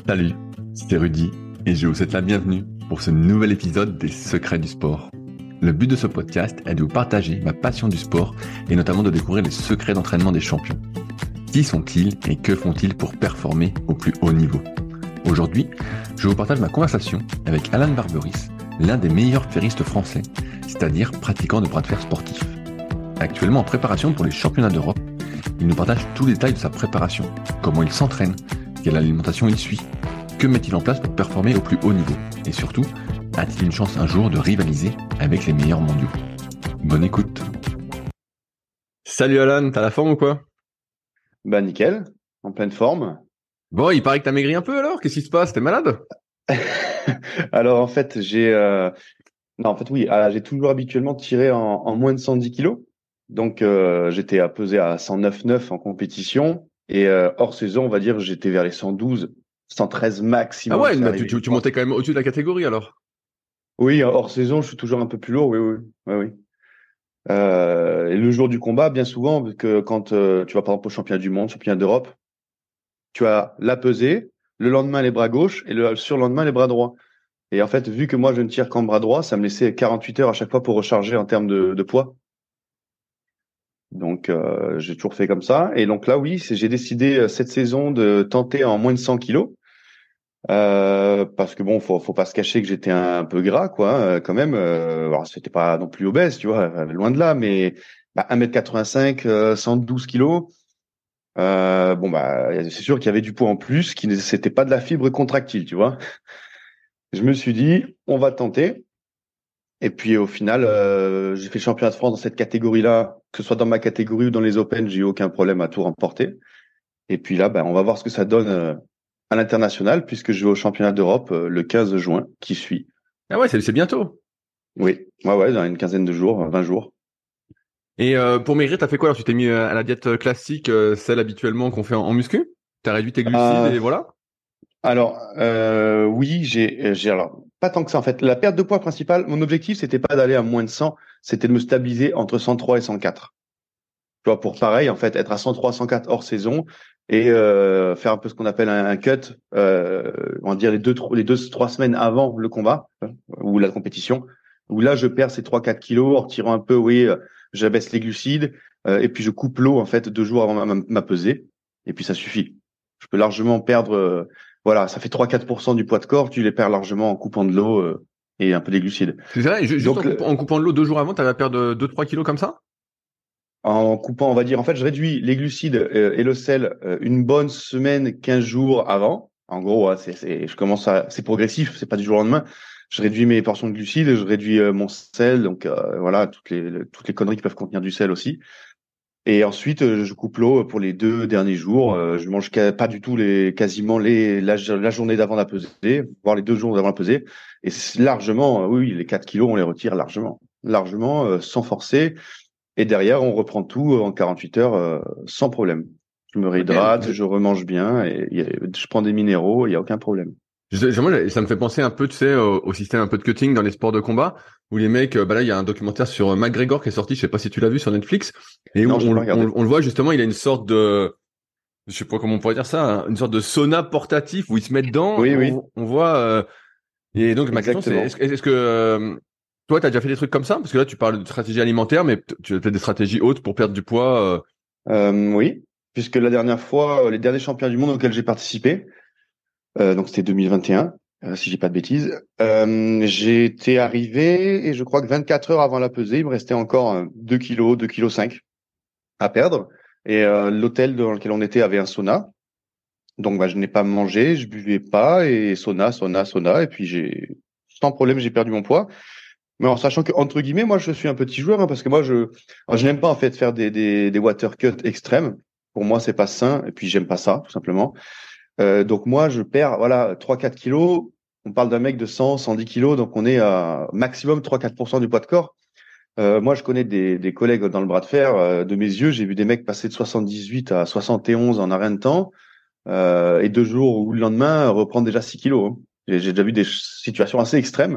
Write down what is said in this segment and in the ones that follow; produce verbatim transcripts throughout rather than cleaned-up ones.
Salut, c'est Rudy et je vous souhaite la bienvenue pour ce nouvel épisode des Secrets du sport. Le but de ce podcast est de vous partager ma passion du sport et notamment de découvrir les secrets d'entraînement des champions. Qui sont-ils et que font-ils pour performer au plus haut niveau? Aujourd'hui, je vous partage ma conversation avec Alan Barberis, l'un des meilleurs ferristes français, c'est-à-dire pratiquant de bras de fer sportif. Actuellement en préparation pour les championnats d'Europe, il nous partage tous les détails de sa préparation, comment il s'entraîne, quelle alimentation il suit, que met-il en place pour performer au plus haut niveau, et surtout, a-t-il une chance un jour de rivaliser avec les meilleurs mondiaux? Bonne écoute. Salut Alan, t'as la forme ou quoi? Bah nickel, en pleine forme. Bon, il paraît que t'as maigri un peu alors, qu'est-ce qui se passe? T'es malade? Alors en fait, j'ai euh... non en fait oui, ah, j'ai toujours habituellement tiré en, en moins de cent dix kilos. Donc euh, j'étais à peser à cent neuf virgule neuf en compétition et euh, hors saison, on va dire, j'étais vers les cent douze, cent treize Ah maximum. ouais, C'est mais tu, arrivé tu, une tu fois. montais quand même au-dessus de la catégorie alors. Oui, hors saison, je suis toujours un peu plus lourd. Oui, oui, oui, oui. Euh, et le jour du combat, bien souvent, parce que quand euh, tu vas par exemple au championnat du monde, championnat d'Europe, tu as la pesée, le lendemain les bras gauche et le surlendemain les bras droits. Et en fait, vu que moi je ne tire qu'en bras droit, ça me laissait quarante-huit heures à chaque fois pour recharger en termes de, de poids. Donc euh, j'ai toujours fait comme ça. Et donc là, oui, c'est- j'ai décidé euh, cette saison de tenter en moins de cent kilos. Euh, parce que bon, faut, faut pas se cacher que j'étais un peu gras, quoi, euh, quand même. Euh, alors c'était pas non plus obèse, tu vois, euh, loin de là, mais bah, un mètre quatre-vingt-cinq, euh, cent douze kilos. Euh, bon bah, c'est sûr qu'il y avait du poids en plus, qui ne- c'était pas de la fibre contractile, tu vois. Je me suis dit, on va tenter. Et puis au final, euh, j'ai fait le championnat de France dans cette catégorie-là, que ce soit dans ma catégorie ou dans les Open, j'ai eu aucun problème à tout remporter. Et puis là, ben, on va voir ce que ça donne euh, à l'international, puisque je vais au championnat d'Europe euh, le quinze juin qui suit. Ah ouais, c'est c'est bientôt. Oui, ouais, ouais, dans une quinzaine de jours, vingt jours. Et euh, pour maigrir, t'as fait quoi alors? Tu t'es mis euh, à la diète classique, euh, celle habituellement qu'on fait en, en muscu? T'as réduit tes glucides Euh, et voilà? alors, euh, oui, j'ai, j'ai alors pas tant que ça en fait. La perte de poids principale, mon objectif, c'était pas d'aller à moins de cent, c'était de me stabiliser entre cent trois et cent quatre. Tu vois, pour pareil, en fait, être à cent trois, cent quatre hors saison et euh, faire un peu ce qu'on appelle un, un cut, euh, on va dire les deux, les deux, trois semaines avant le combat hein, ou la compétition, où là, je perds ces trois, quatre kilos en retirant un peu, oui, euh, j'abaisse les glucides euh, et puis je coupe l'eau, en fait, deux jours avant ma, ma, ma pesée et puis ça suffit. Je peux largement perdre, euh, voilà, ça fait trois, quatre pour cent du poids de corps, tu les perds largement en coupant de l'eau euh, et un peu des glucides. C'est vrai, ju- juste en, Donc, coup- en coupant de l'eau deux jours avant, t'avais à perdre deux trois kilos comme ça? en coupant, on va dire, en fait, je réduis les glucides euh, et le sel euh, une bonne semaine, quinze jours avant. En gros, hein, c'est, c'est, je commence à, c'est progressif, c'est pas du jour au lendemain. Je réduis mes portions de glucides, je réduis euh, mon sel, donc euh, voilà, toutes les, le- toutes les conneries qui peuvent contenir du sel aussi. Et ensuite, euh, je coupe l'eau pour les deux derniers jours. Euh, je mange ca- pas du tout les, quasiment les, la, la journée d'avant la pesée, voire les deux jours d'avant la pesée. Et c'est largement, euh, oui, oui, les quatre kilos, on les retire largement, largement, euh, sans forcer. Et derrière, on reprend tout en quarante-huit heures euh, sans problème. Je me Ok. réhydrate, je remange bien et, y a- je prends des minéraux, il n'y a aucun problème. Je- je- moi, ça me fait penser un peu, tu sais, au, au système un peu de cutting dans les sports de combat, où les mecs, euh, bah là, il y a un documentaire sur euh, McGregor qui est sorti, je sais pas si tu l'as vu sur Netflix, et où Non, je l'ai on, pas on, regardé. on le voit justement, il a une sorte de, je sais pas comment on pourrait dire ça, hein, une sorte de sauna portatif où il se met dedans, Oui, oui, on, on voit, euh, et donc ma question c'est, exactement. est-ce, est-ce que euh, toi, t'as déjà fait des trucs comme ça? Parce que là, tu parles de stratégie alimentaire, mais t- tu as peut-être des stratégies hautes pour perdre du poids. euh. Euh, oui, puisque la dernière fois, euh, les derniers championnats du monde auxquels j'ai participé, euh, donc c'était deux mille vingt et un, euh, si j'ai pas de bêtises, euh, j'étais arrivé et je crois que vingt-quatre heures avant la pesée, il me restait encore euh, deux kilos, deux kilos cinq à perdre. Et euh, l'hôtel dans lequel on était avait un sauna. Donc, bah, je n'ai pas mangé, je buvais pas et sauna, sauna, sauna. Et puis, j'ai, sans problème, j'ai perdu mon poids. Mais en sachant que, entre guillemets, moi, je suis un petit joueur, hein, parce que moi, je, alors, je n'aime pas, en fait, faire des, des, des water cuts extrêmes. Pour moi, c'est pas sain. Et puis, j'aime pas ça, tout simplement. Euh, donc, moi, je perds, voilà, trois quatre kilos. On parle d'un mec de cent cent dix kilos. Donc, on est à maximum trois quatre pour cent du poids de corps. Euh, moi, je connais des, des collègues dans le bras de fer. Euh, de mes yeux, j'ai vu des mecs passer de soixante-dix-huit à soixante et onze en un rien de temps. Euh, et deux jours ou le lendemain reprendre déjà six kilos. Hein. J'ai j'ai déjà vu des situations assez extrêmes.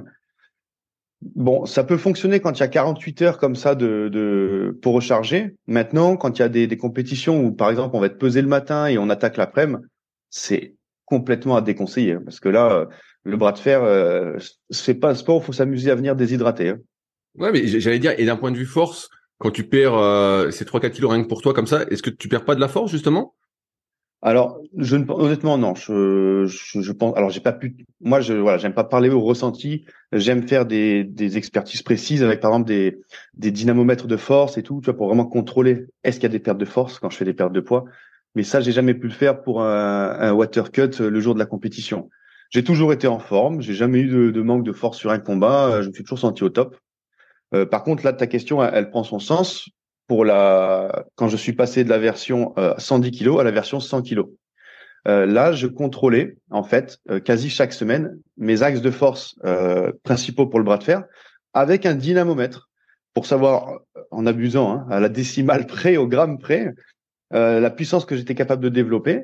Bon, ça peut fonctionner quand il y a quarante-huit heures comme ça de, de pour recharger. Maintenant, quand il y a des, des compétitions où, par exemple, on va être pesé le matin et on attaque l'après-midi, c'est complètement à déconseiller, hein, parce que là, euh, le bras de fer, euh, c'est pas un sport où il faut s'amuser à venir déshydrater. Hein. Ouais, mais j'allais dire, et d'un point de vue force, quand tu perds euh, ces trois quatre kilos rien que pour toi comme ça, est-ce que tu perds pas de la force justement? Alors, je ne, honnêtement, non. Je, je, je pense. Alors, j'ai pas pu. Moi, je, voilà, j'aime pas parler au ressenti. J'aime faire des, des expertises précises avec, par exemple, des, des dynamomètres de force et tout, tu vois, pour vraiment contrôler est-ce qu'il y a des pertes de force quand je fais des pertes de poids. Mais ça, j'ai jamais pu le faire pour un, un water cut le jour de la compétition. J'ai toujours été en forme. J'ai jamais eu de, de manque de force sur un combat. Je me suis toujours senti au top. Euh, par contre, là, ta question, elle, elle prend son sens pour la quand je suis passé de la version euh, cent dix kilos à la version cent kilos. Euh, là, je contrôlais en fait euh, quasi chaque semaine mes axes de force euh, principaux pour le bras de fer avec un dynamomètre pour savoir, en abusant hein, à la décimale près, au gramme près, euh, la puissance que j'étais capable de développer.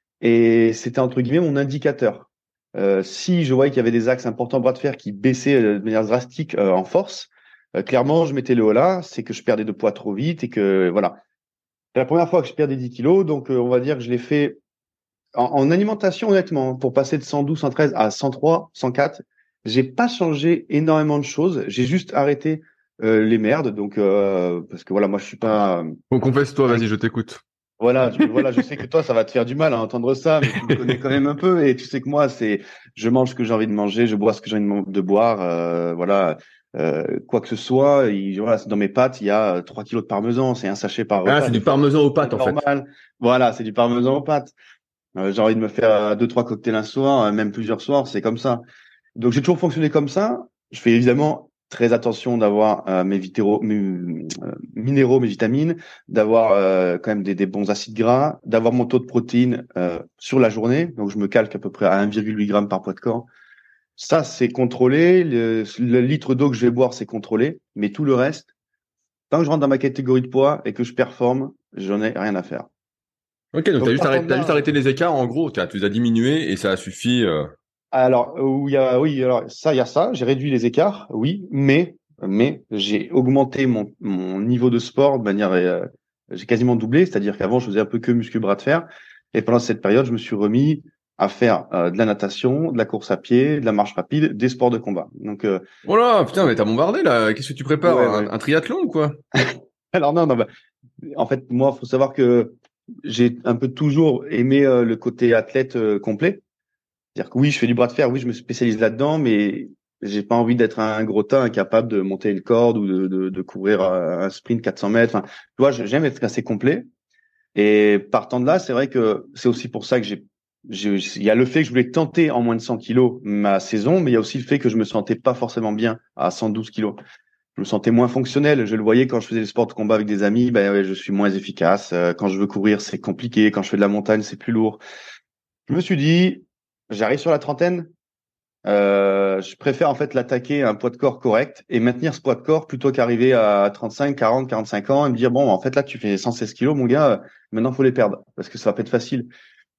Et c'était entre guillemets mon indicateur. Euh, si je voyais qu'il y avait des axes importants bras de fer qui baissaient de manière drastique euh, en force, euh, clairement, je mettais le haut là, c'est que je perdais de poids trop vite et que voilà. C'est la première fois que je perdais dix kilos, donc euh, on va dire que je l'ai fait en, en alimentation, honnêtement, pour passer de cent douze, cent treize à cent trois, cent quatre. J'ai pas changé énormément de choses. J'ai juste arrêté euh, les merdes, donc euh, parce que voilà, moi je suis pas. Bon, confesse-toi, un- vas-y, je t'écoute. Voilà, tu- voilà, je sais que toi ça va te faire du mal à entendre ça, mais tu me connais quand même un peu et tu sais que moi c'est, je mange ce que j'ai envie de manger, je bois ce que j'ai envie de man- de boire, euh, voilà. Euh, quoi que ce soit, il, voilà, dans mes pâtes, il y a euh, trois kilos de parmesan, c'est un sachet par Ah, repas. c'est Des du fois, parmesan aux c'est pâtes en fait. normal. Voilà, c'est du parmesan aux pâtes. Euh, j'ai envie de me faire euh, deux, trois cocktails un soir, euh, même plusieurs soirs, c'est comme ça. Donc j'ai toujours fonctionné comme ça. Je fais évidemment très attention d'avoir euh, mes, vitéraux, mes euh, minéraux, mes vitamines, d'avoir euh, quand même des, des bons acides gras, d'avoir mon taux de protéines euh, sur la journée. Donc je me calque à peu près à un virgule huit grammes par poids de corps. Ça, c'est contrôlé. Le, le litre d'eau que je vais boire, c'est contrôlé. Mais tout le reste, tant que je rentre dans ma catégorie de poids et que je performe, j'en ai rien à faire. Ok, donc t'as Donc juste partant arrêté, de t'as juste là, arrêté les écarts en gros, t'as- tu les as diminués et ça a suffi. euh. alors où il y a, oui, alors ça, il y a ça. J'ai réduit les écarts, oui, mais mais j'ai augmenté mon mon niveau de sport de manière, euh, j'ai quasiment doublé. C'est-à-dire qu'avant, je faisais un peu que muscu bras de fer, et pendant cette période, je me suis remis à faire euh, de la natation, de la course à pied, de la marche rapide, des sports de combat. Donc euh, Oh là, putain, mais t'as bombardé là. Qu'est-ce que tu prépares? ouais, Un, ouais. un triathlon ou quoi? Alors non, non, bah, en fait, moi, faut savoir que j'ai un peu toujours aimé euh, le côté athlète euh, complet. C'est-à-dire que oui, je fais du bras de fer, oui, je me spécialise là-dedans, mais j'ai pas envie d'être un gros tas incapable de monter une corde ou de, de, de courir euh, un sprint quatre cents mètres. Enfin, tu vois, j'aime être assez complet. Et partant de là, c'est vrai que c'est aussi pour ça que j'ai, j'ai, il y a le fait que je voulais tenter en moins de cent kilos ma saison, mais il y a aussi le fait que je me sentais pas forcément bien à cent douze kilos. Je me sentais moins fonctionnel. Je le voyais quand je faisais des sports de combat avec des amis, ben ouais, je suis moins efficace. Euh, Quand je veux courir, c'est compliqué. Quand je fais de la montagne, c'est plus lourd. Je me suis dit, j'arrive sur la trentaine. Euh, je préfère en fait l'attaquer à un poids de corps correct et maintenir ce poids de corps plutôt qu'arriver à trente-cinq, quarante, quarante-cinq ans et me dire bon en fait là tu fais cent seize kilos mon gars, euh, maintenant faut les perdre parce que ça va pas être facile.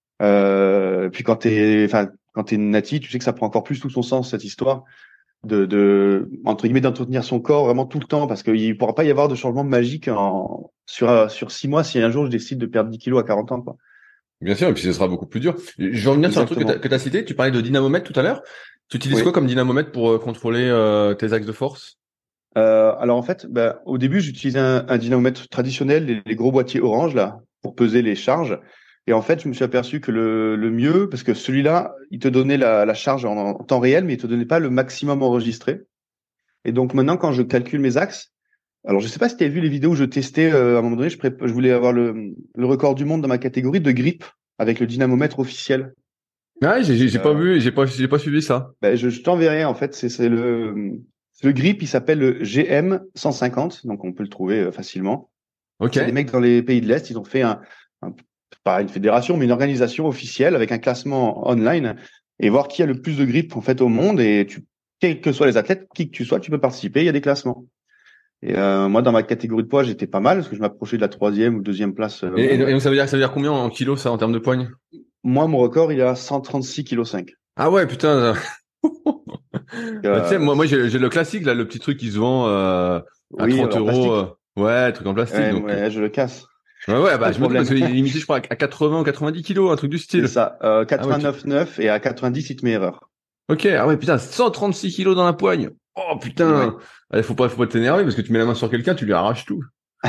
Euh, puis quand t'es, enfin quand t'es nati, tu sais que ça prend encore plus tout son sens cette histoire de, de entre guillemets d'entretenir son corps vraiment tout le temps parce qu'il pourra pas y avoir de changement magique en sur sur six mois si un jour je décide de perdre dix kilos à quarante ans quoi. Bien sûr, et puis ce sera beaucoup plus dur. Je vais revenir sur un truc que t'as, Exactement. que t'as cité. Tu parlais de dynamomètre tout à l'heure. Tu utilises quoi Oui. comme dynamomètre pour euh, contrôler euh, tes axes de force? Euh, alors en fait, bah, au début, j'utilisais un, un dynamomètre traditionnel, les, les gros boîtiers orange là, pour peser les charges. Et en fait, je me suis aperçu que le, le mieux, parce que celui-là, il te donnait la, la charge en, en temps réel, mais il te donnait pas le maximum enregistré. Et donc maintenant, quand je calcule mes axes, alors je sais pas si tu as vu les vidéos où je testais, euh, à un moment donné, je, pré- je voulais avoir le, le record du monde dans ma catégorie de grip avec le dynamomètre officiel. Ouais, j'ai j'ai- j'ai pas Euh, vu, j'ai pas, j'ai pas suivi ça. ben, je, je t'enverrai, en fait, c'est c'est le, le grip, il s'appelle le G M cent cinquante, donc on peut le trouver euh, facilement. Ok. C'est des mecs dans les pays de l'Est, ils ont fait un, un- pas une fédération, mais une organisation officielle avec un classement online et voir qui a le plus de grippe en fait au monde. Et tu, quels que soient les athlètes, qui que tu sois, tu peux participer. Il y a des classements. Et euh, moi, dans ma catégorie de poids, j'étais pas mal parce que je m'approchais de la troisième ou deuxième place euh, au Et, et- et monde. donc ça veut dire, ça veut dire combien en kilos ça en termes de poigne? Moi, mon record, il est à cent trente-six virgule cinq kilos. Ah ouais, putain. Bah, tu sais, Euh, moi, moi j'ai j'ai le classique là, le petit truc qui se vend euh, à oui, trente alors euros. plastique. euh, ouais, truc en plastique. Ouais, Donc, ouais, je le casse. Ouais, ouais, Pas bah, de je me dis, parce problème. qu'il est limité, je crois, à quatre-vingts ou quatre-vingt-dix kilos, un truc du C'est style. ça. Euh, Ah ouais, tu- quatre-vingt-neuf virgule neuf et à quatre-vingt-dix, il te met erreur. ok, ah ouais, putain, cent trente-six kilos dans la poigne. Oh, Ouais. putain. Allez, faut pas, faut pas t'énerver, parce que tu mets la main sur quelqu'un, tu lui arraches tout.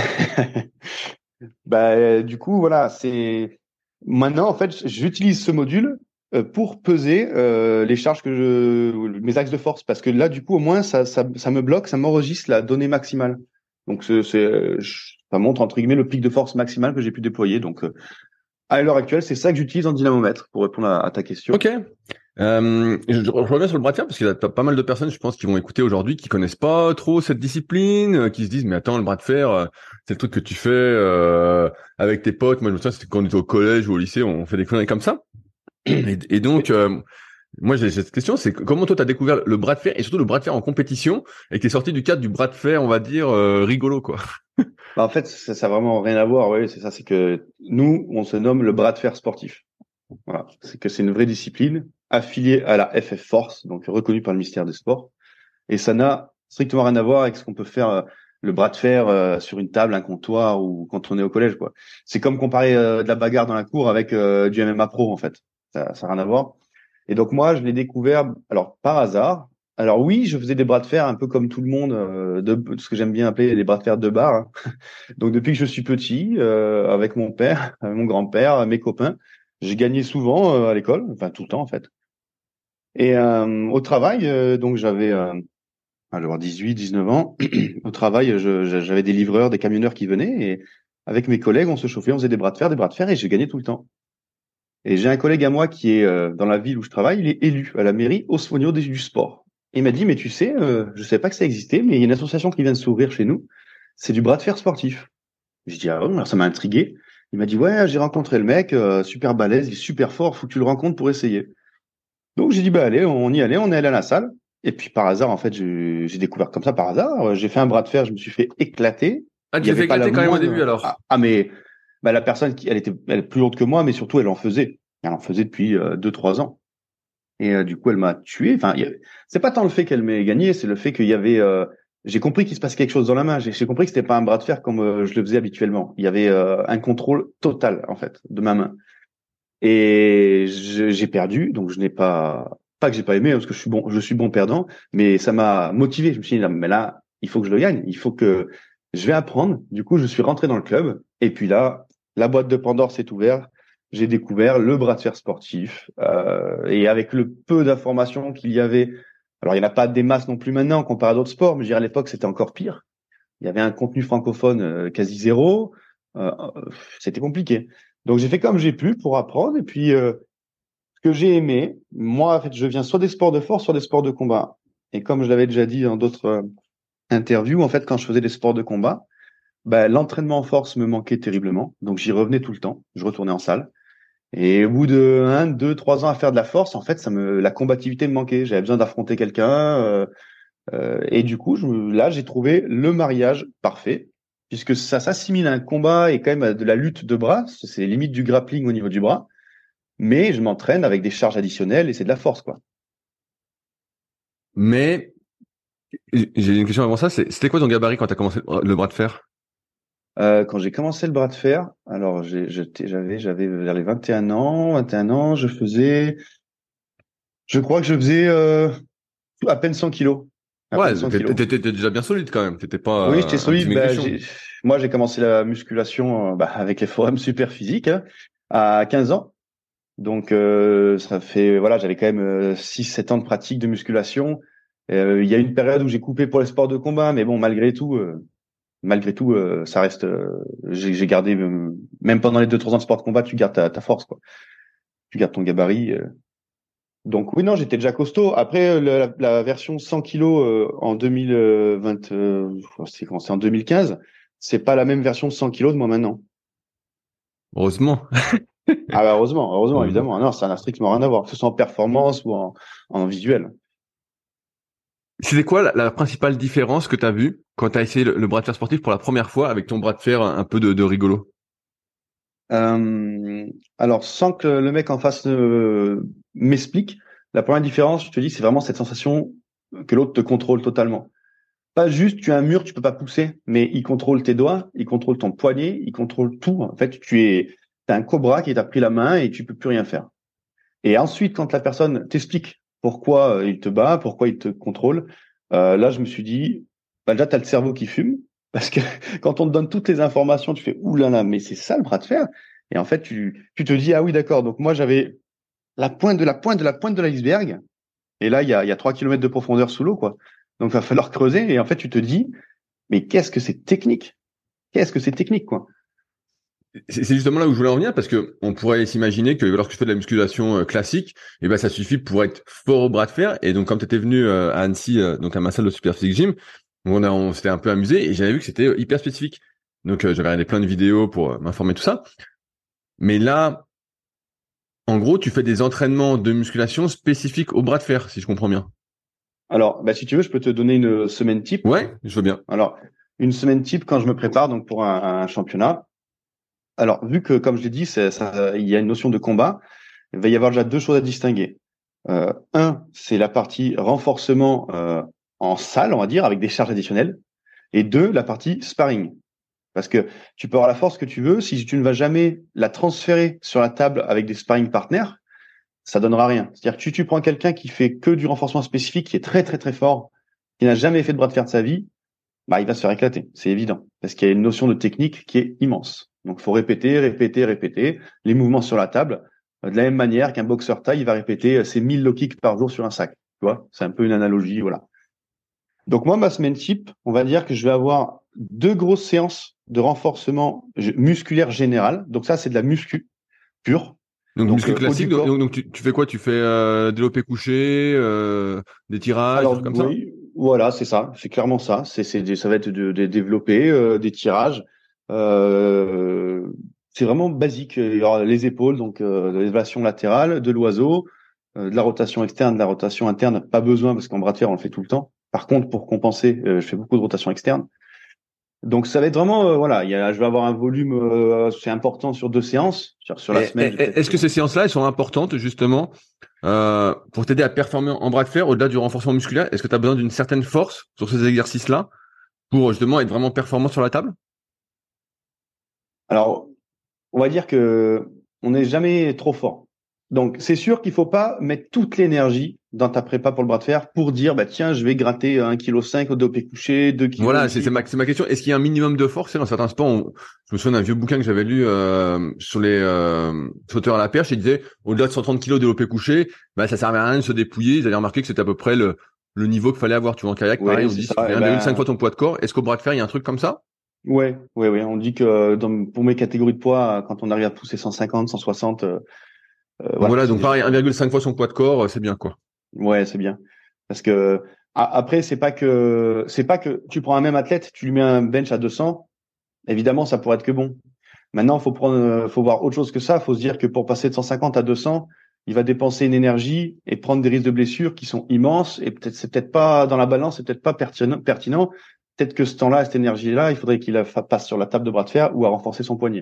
Bah, euh, du coup, voilà, c'est maintenant en fait, j'utilise ce module euh, pour peser euh, les charges que je, mes axes de force, parce que là, du coup, au moins, ça, ça, ça me bloque, ça m'enregistre la donnée maximale. Donc, c'est, c'est, euh, je- ça montre entre guillemets le pic de force maximal que j'ai pu déployer. Donc, euh, à l'heure actuelle, c'est ça que j'utilise en dynamomètre pour répondre à, à ta question. Ok. Euh, je, je reviens sur le bras de fer parce qu'il y a pas mal de personnes, je pense, qui vont écouter aujourd'hui, qui connaissent pas trop cette discipline, euh, qui se disent, mais attends, le bras de fer, euh, c'est le truc que tu fais euh, avec tes potes. Moi, je me souviens, c'était quand on était au collège ou au lycée, on fait des conneries comme ça. Et, et donc, euh, moi, j'ai j'ai cette question, c'est que comment toi, t'as découvert le bras de fer et surtout le bras de fer en compétition et que t'es sorti du cadre du bras de fer, on va dire, euh, rigolo, quoi. Bah, en fait, ça, ça a vraiment rien à voir. Oui, c'est ça. C'est que nous, on se nomme le bras de fer sportif. Voilà. C'est que c'est une vraie discipline affiliée à la F F Force, donc reconnue par le ministère des Sports. Et ça n'a strictement rien à voir avec ce qu'on peut faire euh, le bras de fer euh, sur une table, un comptoir ou quand on est au collège, quoi. C'est comme comparer euh, de la bagarre dans la cour avec euh, du M M A pro, en fait. Ça, ça n'a rien à voir. Et donc moi, je l'ai découvert, alors par hasard. Alors oui, je faisais des bras de fer un peu comme tout le monde, euh, de, de ce que j'aime bien appeler les bras de fer de bar, hein. Donc depuis que je suis petit, euh, avec mon père, avec mon grand-père, mes copains, j'ai gagné souvent euh, à l'école, enfin tout le temps en fait. Et euh, au travail, euh, donc j'avais euh, alors dix-huit, dix-neuf ans. Au travail, je- je- j'avais des livreurs, des camionneurs qui venaient et avec mes collègues, on se chauffait, on faisait des bras de fer, des bras de fer et j'ai gagné tout le temps. Et j'ai un collègue à moi qui est euh, dans la ville où je travaille, il est élu à la mairie Osfonio du sport. Il m'a dit, mais tu sais, euh, je savais pas que ça existait, mais il y a une association qui vient de s'ouvrir chez nous. C'est du bras de fer sportif. Je dis, ah ouais, alors ça m'a intrigué. Il m'a dit, ouais, j'ai rencontré le mec, euh, super balèze, il est super fort, faut que tu le rencontres pour essayer. Donc j'ai dit, bah allez, on y allait, on est allé à la salle. Et puis par hasard, en fait, j'ai j'ai découvert comme ça par hasard. J'ai fait un bras de fer, je me suis fait éclater. Ah, Il tu n'y t'es fait avait pas la éclater quand même au début, moindre. Ah, alors. ah, mais bah, la personne qui, elle était, elle est plus haute que moi, mais surtout elle en faisait. Elle en faisait depuis euh, deux, trois ans. Et euh, du coup, elle m'a tué. Enfin, il y a- c'est pas tant le fait qu'elle m'ait gagné, c'est le fait qu'il y avait. euh, J'ai compris qu'il se passait quelque chose dans la main. J'ai j'ai compris que c'était pas un bras de fer comme euh, je le faisais habituellement. Il y avait euh, un contrôle total en fait de ma main. Et je- j'ai perdu, donc je n'ai pas, pas que j'ai pas aimé, hein, parce que je suis bon, je suis bon perdant, mais ça m'a motivé. Je me suis dit, non, mais là, il faut que je le gagne, il faut que je vais apprendre. Du coup, je suis rentré dans le club, et puis là, la boîte de Pandore s'est ouverte. J'ai découvert le bras de fer sportif, euh, et avec le peu d'informations qu'il y avait, alors il n'y en a pas des masses non plus maintenant comparé à d'autres sports, mais je dirais à l'époque c'était encore pire. Il y avait un contenu francophone euh, quasi zéro. Euh, euh, C'était compliqué. Donc j'ai fait comme j'ai pu pour apprendre. Et puis euh, ce que j'ai aimé, moi en fait, je viens soit des sports de force, soit des sports de combat. Et comme je l'avais déjà dit dans d'autres euh, interviews, en fait, quand je faisais des sports de combat, ben, l'entraînement en force me manquait terriblement. Donc j'y revenais tout le temps. Je retournais en salle. Et au bout de un, deux, trois ans à faire de la force, en fait, ça me, la combativité me manquait. J'avais besoin d'affronter quelqu'un. euh, euh, et du coup, je, là, j'ai trouvé le mariage parfait, puisque ça s'assimile à un combat et quand même à de la lutte de bras. C'est limite du grappling au niveau du bras, mais je m'entraîne avec des charges additionnelles et c'est de la force, quoi. Mais j'ai une question avant ça, c'est- c'était quoi ton gabarit quand t'as commencé le bras de fer? Euh, quand j'ai commencé le bras de fer, alors j'ai- j'étais- j'avais j'avais vers les vingt et un ans, vingt et un ans, je faisais, je crois que je faisais euh, à peine cent kilos, à Ouais, peine cent t'étais kilos. t'étais déjà bien solide quand même. T'étais pas Oui, j'étais euh, un petit solide. Bah, maigrichon. j'ai, moi, j'ai commencé la musculation euh, bah, avec les forums super physiques hein, à quinze ans. Donc euh, ça fait voilà, j'avais quand même euh, six sept ans de pratique de musculation. Euh, Il y a une période où j'ai coupé pour les sports de combat, mais bon, malgré tout, euh, malgré tout, euh, ça reste. euh, j'ai j'ai gardé euh, même pendant les deux trois ans de sport de combat, tu gardes ta, ta force quoi. Tu gardes ton gabarit. euh. Donc oui, non, j'étais déjà costaud. Après euh, la, la version cent kilos euh, en deux mille vingt, euh, c'est quand c'est en deux mille quinze, c'est pas la même version de cent kilos de moi maintenant. Heureusement. Ah bah heureusement, heureusement Heureusement. évidemment. Non, ça n'a strictement rien à voir, que ce soit en performance ou en, en visuel. C'était quoi la, la principale différence que t'as vue quand t'as essayé le, le bras de fer sportif pour la première fois avec ton bras de fer un, un peu de, de rigolo? Euh, alors, sans que le mec en face euh, m'explique, la première différence, je te dis, c'est vraiment cette sensation que l'autre te contrôle totalement. pas juste tu as un mur, tu peux pas pousser, mais il contrôle tes doigts, il contrôle ton poignet, il contrôle tout. En fait, tu es t'as un cobra qui t'a pris la main et tu peux plus rien faire. Et ensuite, quand la personne t'explique pourquoi il te bat, pourquoi il te contrôle, euh, là, je me suis dit, bah, déjà, tu as le cerveau qui fume, parce que quand on te donne toutes les informations, tu fais, ouh là là, mais c'est ça le bras de fer. Et en fait, tu, tu te dis, ah oui, d'accord. Donc moi, j'avais la pointe de la pointe de la pointe de l'iceberg. Et là, il y a, il y a trois kilomètres de profondeur sous l'eau, quoi. Donc, il va falloir creuser. Et en fait, tu te dis, mais qu'est-ce que c'est technique? Qu'est-ce que c'est technique, quoi? C'est c'est justement là où je voulais en venir parce que on pourrait s'imaginer que lorsque tu fais de la musculation euh, classique, eh ben ça suffit pour être fort au bras de fer. Et donc quand tu étais venu euh, à Annecy, euh, donc à ma salle de Super Physique Gym, on a on s'était un peu amusé et j'avais vu que c'était euh, hyper spécifique. Donc euh, j'avais regardé plein de vidéos pour euh, m'informer tout ça. Mais là, en gros, tu fais des entraînements de musculation spécifiques au bras de fer, si je comprends bien. Alors, bah, si tu veux, je peux te donner une semaine type. Ouais, je veux bien. Alors, une semaine type quand je me prépare donc pour un, un championnat. Alors, vu que, comme je l'ai dit, c'est, ça, il y a une notion de combat, il va y avoir déjà deux choses à distinguer. Euh, un, c'est la partie renforcement euh, en salle, on va dire, avec des charges additionnelles. Et deux, la partie sparring. Parce que tu peux avoir la force que tu veux, si tu ne vas jamais la transférer sur la table avec des sparring partners, ça donnera rien. C'est-à-dire que tu, tu prends quelqu'un qui fait que du renforcement spécifique, qui est très très très fort, qui n'a jamais fait de bras de fer de sa vie, bah il va se faire éclater, c'est évident, parce qu'il y a une notion de technique qui est immense. Donc, faut répéter, répéter, répéter les mouvements sur la table, euh, de la même manière qu'un boxeur thaï va répéter euh, ses mille low kicks par jour sur un sac. Tu vois, c'est un peu une analogie, voilà. Donc moi, ma semaine type, on va dire que je vais avoir deux grosses séances de renforcement musculaire général. Donc ça, c'est de la muscu pure. Donc, Donc muscu euh, haut classique, du donc, corps. donc tu, tu fais quoi? Tu fais euh, développé couché, euh, des tirages, des Alors trucs comme ça? oui, voilà, c'est ça, c'est clairement ça. C'est, c'est, des- ça va être de, de développer euh, des tirages. Euh, c'est vraiment basique. Il y aura les épaules, donc euh, de l'élévation latérale, de l'oiseau, euh, de la rotation externe, de la rotation interne. Pas besoin parce qu'en bras de fer on le fait tout le temps. Par contre, pour compenser, euh, je fais beaucoup de rotation externe. Donc ça va être vraiment, euh, voilà, il y a, je vais avoir un volume, euh, c'est important sur deux séances. Sur, sur la Et- semaine, je vais et- Est-ce peut-être. que ces séances-là, elles sont importantes justement euh, pour t'aider à performer en bras de fer au-delà du renforcement musculaire? Est-ce que tu as besoin d'une certaine force sur ces exercices-là pour justement être vraiment performant sur la table? Alors, on va dire que on n'est jamais trop fort. Donc, c'est sûr qu'il faut pas mettre toute l'énergie dans ta prépa pour le bras de fer pour dire, bah, tiens, je vais gratter un virgule cinq kg au dopé couché, deux kilos Voilà, c'est c'est ici. ma, c'est ma question. Est-ce qu'il y a un minimum de force? Tu sais, dans certains sports, on- je me souviens d'un vieux bouquin que j'avais lu euh, sur les euh, sauteurs à la perche. Il disait, au-delà de cent trente kilos de développé couché, bah, ça servait à rien de se dépouiller. Ils avaient remarqué que c'était à peu près le, le niveau qu'il fallait avoir. Tu vois, en kayak, pareil, Oui, on c'est dit, ça. si tu fais Eh un virgule cinq ben, fois ton poids de corps, est-ce qu'au bras de fer, il y a un truc comme ça? ouais, ouais, ouais. On dit que dans, pour mes catégories de poids, quand on arrive à pousser cent cinquante, cent soixante, euh, euh, Donc voilà, voilà, c'est donc déjà, pareil, un virgule cinq fois son poids de corps, euh, c'est bien, quoi. ouais, c'est bien. Parce que a- après, c'est pas que, c'est pas que tu prends un même athlète, tu lui mets un bench à deux cents, évidemment, ça pourrait être que bon. Maintenant, faut prendre, euh, faut voir autre chose que ça. Faut se dire que pour passer de cent cinquante à deux cents, il va dépenser une énergie et prendre des risques de blessures qui sont immenses. Et peut-être, c'est peut-être pas dans la balance, c'est peut-être pas pertinent. pertinent. Peut-être que ce temps-là, cette énergie-là, il faudrait qu'il la fa- passe sur la table de bras de fer ou à renforcer son poignet.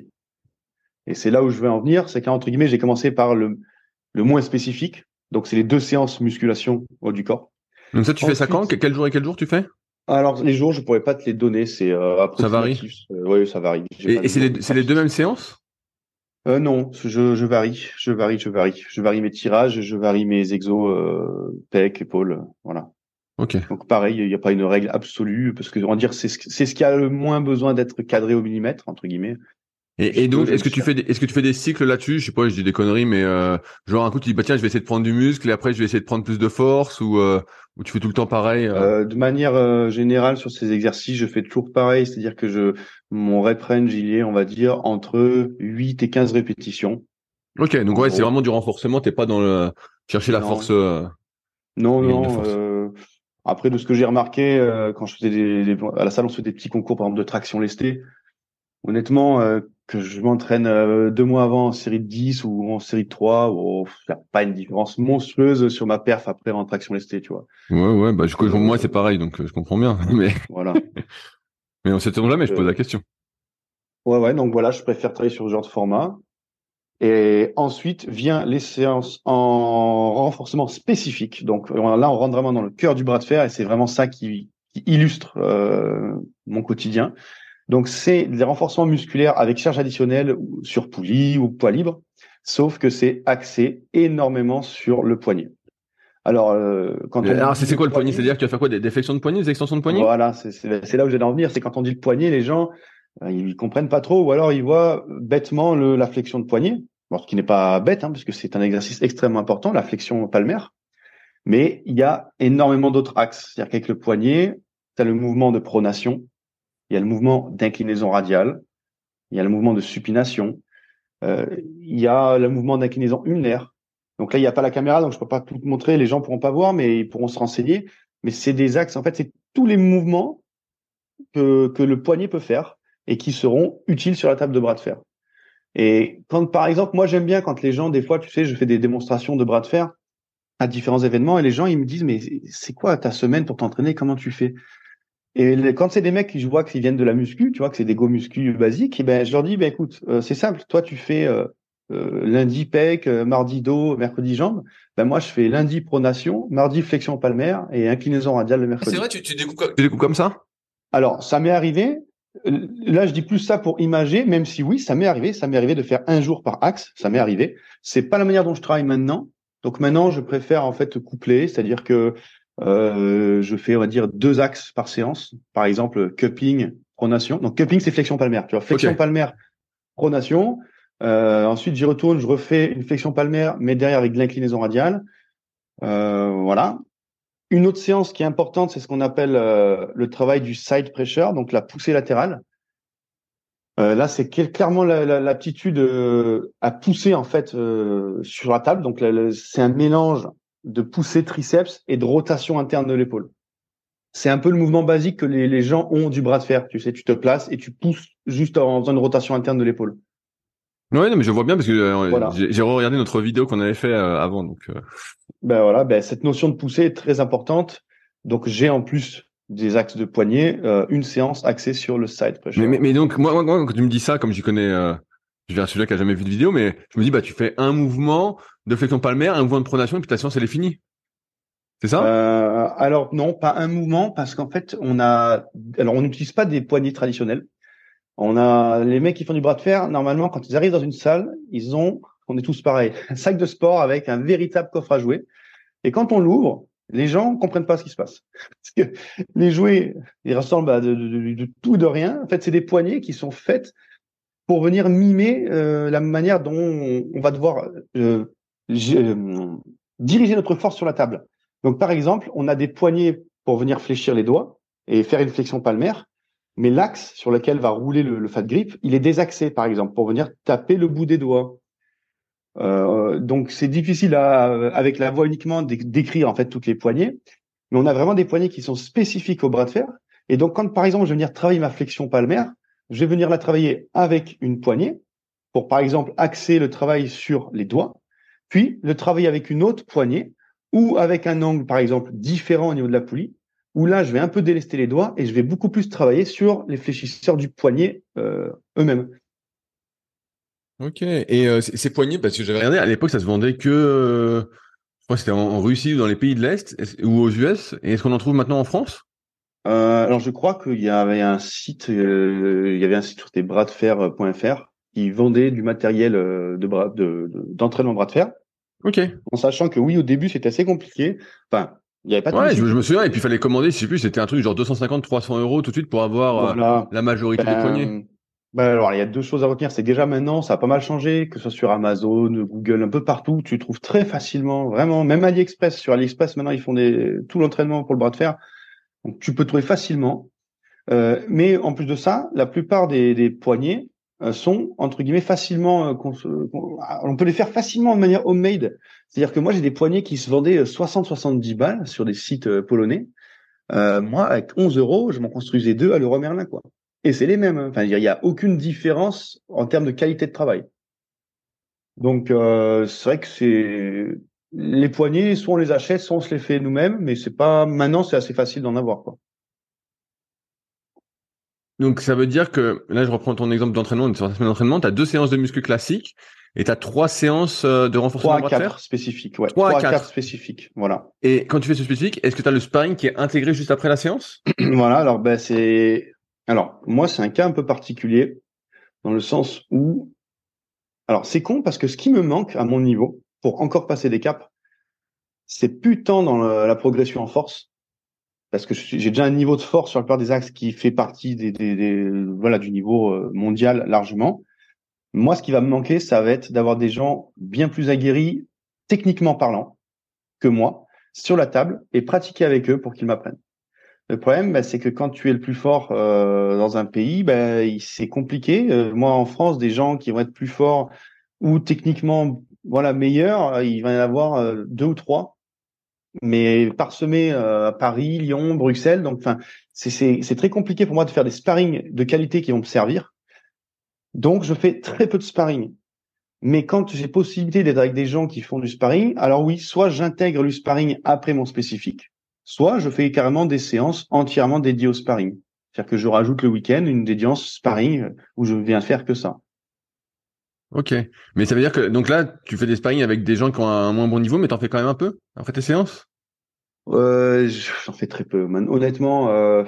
Et c'est là où je veux en venir, c'est qu'entre guillemets, j'ai commencé par le, le moins spécifique. Donc, c'est les deux séances musculation haut du corps. Donc ça, tu fais ça quand? Ensuite, Que- Quel jour et quel jour tu fais? alors les jours, je pourrais pas te les donner, c'est euh, Ça varie. approximatif. Euh, oui, ça varie. J'ai pas Et, et de c'est jour les, c'est les deux pratique. mêmes séances? Euh, non, je, je varie, je varie, je varie. Je varie mes tirages, je varie mes exos, euh, pec, épaules, euh, voilà. Ok. Donc pareil, il n'y a pas une règle absolue, parce que on va dire c'est ce, c'est ce qui a le moins besoin d'être cadré au millimètre, entre guillemets. Et, et Puisque donc, je me est-ce que suis tu fais des, est-ce que tu fais des cycles là-dessus? Je sais pas, je dis des conneries, mais euh, genre un coup tu dis bah tiens, je vais essayer de prendre du muscle et après je vais essayer de prendre plus de force ou euh, ou tu fais tout le temps pareil. euh euh, de manière euh, générale sur ces exercices, je fais toujours pareil, c'est-à-dire que je mon rep range, il est, on va dire, entre huit et quinze répétitions, Ok, donc en ouais, c'est gros. vraiment du renforcement. T'es pas dans le chercher la force, Non, euh, non, la gaine de non. force. Euh, après, de ce que j'ai remarqué, euh, quand je faisais des, des- à la salle, on se fait des petits concours, par exemple, de traction lestée. Honnêtement, euh, que je m'entraîne euh, deux mois avant en série de dix ou en série de trois, il n'y a pas une différence monstrueuse sur ma perf après en traction lestée, tu vois. Ouais, ouais, bah je, Donc, moi c'est euh, pareil, donc euh, je comprends bien. Mais voilà. mais on sait jamais, je pose la Euh, question. ouais, ouais, donc voilà, je préfère travailler sur ce genre de format. Et ensuite vient les séances en renforcement spécifique. Donc euh, là, on rentre vraiment dans le cœur du bras de fer et c'est vraiment ça qui, qui illustre euh, mon quotidien. Donc, c'est des renforcements musculaires avec charge additionnelle sur poulie ou poids libre, sauf que c'est axé énormément sur le poignet. Alors, euh, quand on Alors, dit c'est, c'est le quoi le poignet? poignet, C'est-à-dire que tu vas faire quoi? Des, des flexions de poignet, des extensions de poignet? voilà, c'est, c'est, c'est là où j'allais en venir. C'est quand on dit le poignet, les gens, euh, ils comprennent pas trop, ou alors ils voient bêtement le, la flexion de poignet, bon, ce qui n'est pas bête, hein, parce que c'est un exercice extrêmement important, la flexion palmaire. Mais il y a énormément d'autres axes. C'est-à-dire qu'avec le poignet, tu as le mouvement de pronation, il y a le mouvement d'inclinaison radiale, il y a le mouvement de supination, euh, il y a le mouvement d'inclinaison ulnaire. Donc là, il n'y a pas la caméra, donc je peux pas tout te montrer, les gens pourront pas voir, mais ils pourront se renseigner. Mais c'est des axes, en fait, c'est tous les mouvements que, que le poignet peut faire et qui seront utiles sur la table de bras de fer. Et quand, par exemple, moi, j'aime bien quand les gens, des fois, tu sais, je fais des démonstrations de bras de fer à différents événements et les gens, ils me disent, mais c'est quoi ta semaine pour t'entraîner? Comment tu fais? Et les, quand c'est des mecs qui je vois qu'ils viennent de la muscu, tu vois, que c'est des go muscu basiques, et ben, je leur dis, ben, écoute, euh, c'est simple. Toi, tu fais, euh, euh, lundi pec, euh, mardi dos, mercredi jambes. Ben, moi, je fais lundi pronation, mardi flexion palmaire et inclinaison radiale le Ah, c'est mercredi. vrai, tu, tu découpes comme, tu découpes comme ça? Alors, ça m'est arrivé. euh, Là, je dis plus ça pour imager, même si oui, ça m'est arrivé. Ça m'est arrivé de faire un jour par axe. Ça m'est arrivé. C'est pas la manière dont je travaille maintenant. Donc maintenant, je préfère en fait coupler, c'est-à-dire que euh, je fais, on va dire, deux axes par séance. Par exemple, cupping, pronation. Donc cupping, c'est flexion palmaire. Tu vois, flexion Ok. palmaire, pronation. Euh, ensuite, j'y retourne, je refais une flexion palmaire, mais derrière avec de l'inclinaison radiale. Euh, voilà. Une autre séance qui est importante, c'est ce qu'on appelle euh, le travail du side pressure, donc la poussée latérale. Euh, là, c'est quel- clairement la- la- l'aptitude euh, à pousser en fait euh, sur la table. Donc, la- le- c'est un mélange de poussée triceps et de rotation interne de l'épaule. C'est un peu le mouvement basique que les, les gens ont du bras de fer. Tu sais, tu te places et tu pousses juste en faisant une rotation interne de l'épaule. Ouais, non, mais je vois bien parce que euh, Voilà. j'ai, j'ai regardé notre vidéo qu'on avait fait euh, avant, donc. euh, Ben voilà, ben cette notion de poussée est très importante. Donc, j'ai en plus des axes de poignet, euh, une séance axée sur le side Mais, mais, pressure. mais donc, moi, moi, moi, quand tu me dis ça, comme j'y connais, euh, je verrai celui-là qui a jamais vu de vidéo, mais je me dis, bah, tu fais un mouvement de flexion palmaire, un mouvement de pronation, et puis ta séance, elle est finie. C'est ça? Euh, alors non, pas un mouvement parce qu'en fait on a, alors on n'utilise pas des poignées traditionnelles. On a les mecs qui font du bras de fer. Normalement, quand ils arrivent dans une salle, ils ont, on est tous pareils, un sac de sport avec un véritable coffre à jouets. Et quand on l'ouvre, les gens comprennent pas ce qui se passe parce que les jouets, ils ressemblent à de, de, de, de tout de rien. En fait, c'est des poignées qui sont faites pour venir mimer euh, la manière dont on, on va devoir euh, g- euh, diriger notre force sur la table. Donc, par exemple, on a des poignées pour venir fléchir les doigts et faire une flexion palmaire, mais l'axe sur lequel va rouler le, le fat grip, il est désaxé, par exemple, pour venir taper le bout des doigts. Euh, donc, c'est difficile à, avec la voix uniquement d'é- d'écrire en fait toutes les poignées, mais on a vraiment des poignées qui sont spécifiques au bras de fer. Et donc, quand par exemple je vais venir travailler ma flexion palmaire, je vais venir la travailler avec une poignée pour par exemple axer le travail sur les doigts, puis le travailler avec une autre poignée ou avec un angle par exemple différent au niveau de la poulie, où là je vais un peu délester les doigts et je vais beaucoup plus travailler sur les fléchisseurs du poignet euh, eux-mêmes. Ok. Et euh, ces ces poignées, parce que j'avais regardé, à l'époque, ça se vendait que, euh, je crois que c'était en, en Russie ou dans les pays de l'Est, est-ce- ou aux U S. Et est-ce qu'on en trouve maintenant en France? Euh, alors je crois qu'il y avait un site, euh, il y avait un site sur des bras de fer point f r qui vendait du matériel euh, de bras de, de- d'entraînement bras de fer, Ok. en sachant que oui au début c'était assez compliqué. Enfin, il n'y avait pas tous les Ouais, je, sites je qui me étaient souviens, et puis il disponibles. fallait commander, je sais plus, c'était un truc genre deux cent cinquante, trois cents euros tout de suite pour avoir euh, Voilà. la majorité des poignées. Ben, ben alors il y a deux choses à retenir. C'est déjà maintenant ça a pas mal changé, que ce soit sur Amazon, Google, un peu partout, tu trouves très facilement, vraiment, même AliExpress. Sur AliExpress maintenant ils font des tout l'entraînement pour le bras de fer, donc tu peux trouver facilement. Euh, mais en plus de ça, la plupart des, des poignées euh, sont entre guillemets facilement, euh, cons- con- on peut les faire facilement de manière homemade. C'est-à-dire que moi j'ai des poignées qui se vendaient soixante à soixante-dix balles sur des sites euh, polonais. Euh, moi avec onze euros, je m'en construisais deux à Leroy Merlin quoi. Et c'est les mêmes. Hein. Enfin, il y a aucune différence en termes de qualité de travail. Donc euh, c'est vrai que c'est les poignées, soit on les achète, soit on se les fait nous-mêmes, mais c'est pas maintenant c'est assez facile d'en avoir quoi. Donc ça veut dire que, là je reprends ton exemple d'entraînement, une semaine d'entraînement, tu as deux séances de muscu classiques, et tu as trois séances euh, de renforcement Trois de à bras de fer? quatre spécifiques, ouais. Trois à Trois à quatre quatre. spécifiques, voilà. Et quand tu fais ce spécifique, est-ce que tu as le sparring qui est intégré juste après la séance? Voilà, alors ben c'est alors moi c'est un cas un peu particulier dans le sens où alors c'est con parce que ce qui me manque à mon niveau pour encore passer des caps, c'est plus tant dans le- la progression en force parce que je suis- j'ai déjà un niveau de force sur la plupart des axes qui fait partie des, des, des- voilà du niveau euh, mondial largement. Moi, ce qui va me manquer, ça va être d'avoir des gens bien plus aguerris techniquement parlant que moi sur la table et pratiquer avec eux pour qu'ils m'apprennent. Le problème, bah, c'est que quand tu es le plus fort euh, dans un pays, bah, il- c'est compliqué. Euh, moi, en France, des gens qui vont être plus forts ou techniquement, voilà, meilleurs, euh, il va y en avoir euh, deux ou trois, mais parsemés euh, à Paris, Lyon, Bruxelles. Donc, enfin, c'est c'est c'est très compliqué pour moi de faire des sparring de qualité qui vont me servir. Donc, je fais très peu de sparring. Mais quand j'ai possibilité d'être avec des gens qui font du sparring, alors oui, soit j'intègre le sparring après mon spécifique, soit je fais carrément des séances entièrement dédiées au sparring. C'est-à-dire que je rajoute le week-end une dédiance sparring euh, où je viens faire que ça. Ok. Mais ça veut dire que, donc là, tu fais des sparring avec des gens qui ont un moins bon niveau, mais t'en fais quand même un peu après tes séances? Euh, j'en fais très peu, man. Honnêtement, euh,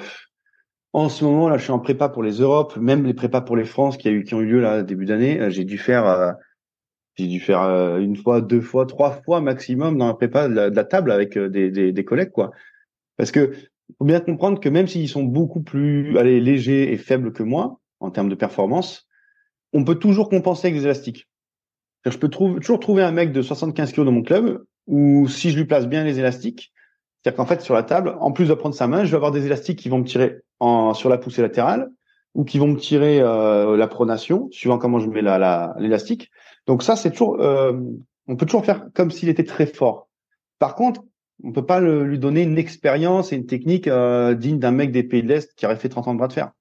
en ce moment là, je suis en prépa pour les Europes, même les prépas pour les France qui a eu qui ont eu lieu là début d'année. euh, J'ai dû faire, euh, j'ai dû faire euh, une fois, deux fois, trois fois maximum dans la prépa de la, de la table avec euh, des, des, des collègues quoi. Parce que faut bien comprendre que même s'ils sont beaucoup plus allez, légers et faibles que moi en termes de performance, on peut toujours compenser avec des élastiques. Je peux trouver, toujours trouver un mec de soixante-quinze kilos dans mon club où si je lui place bien les élastiques, c'est-à-dire qu'en fait sur la table, en plus de prendre sa main, je vais avoir des élastiques qui vont me tirer en, sur la poussée latérale ou qui vont me tirer euh, la pronation, suivant comment je mets la, la, l'élastique. Donc ça, c'est toujours, euh, on peut toujours faire comme s'il était très fort. Par contre, on peut pas le- lui donner une expérience et une technique euh, digne d'un mec des pays de l'Est qui aurait fait trente ans de bras de fer.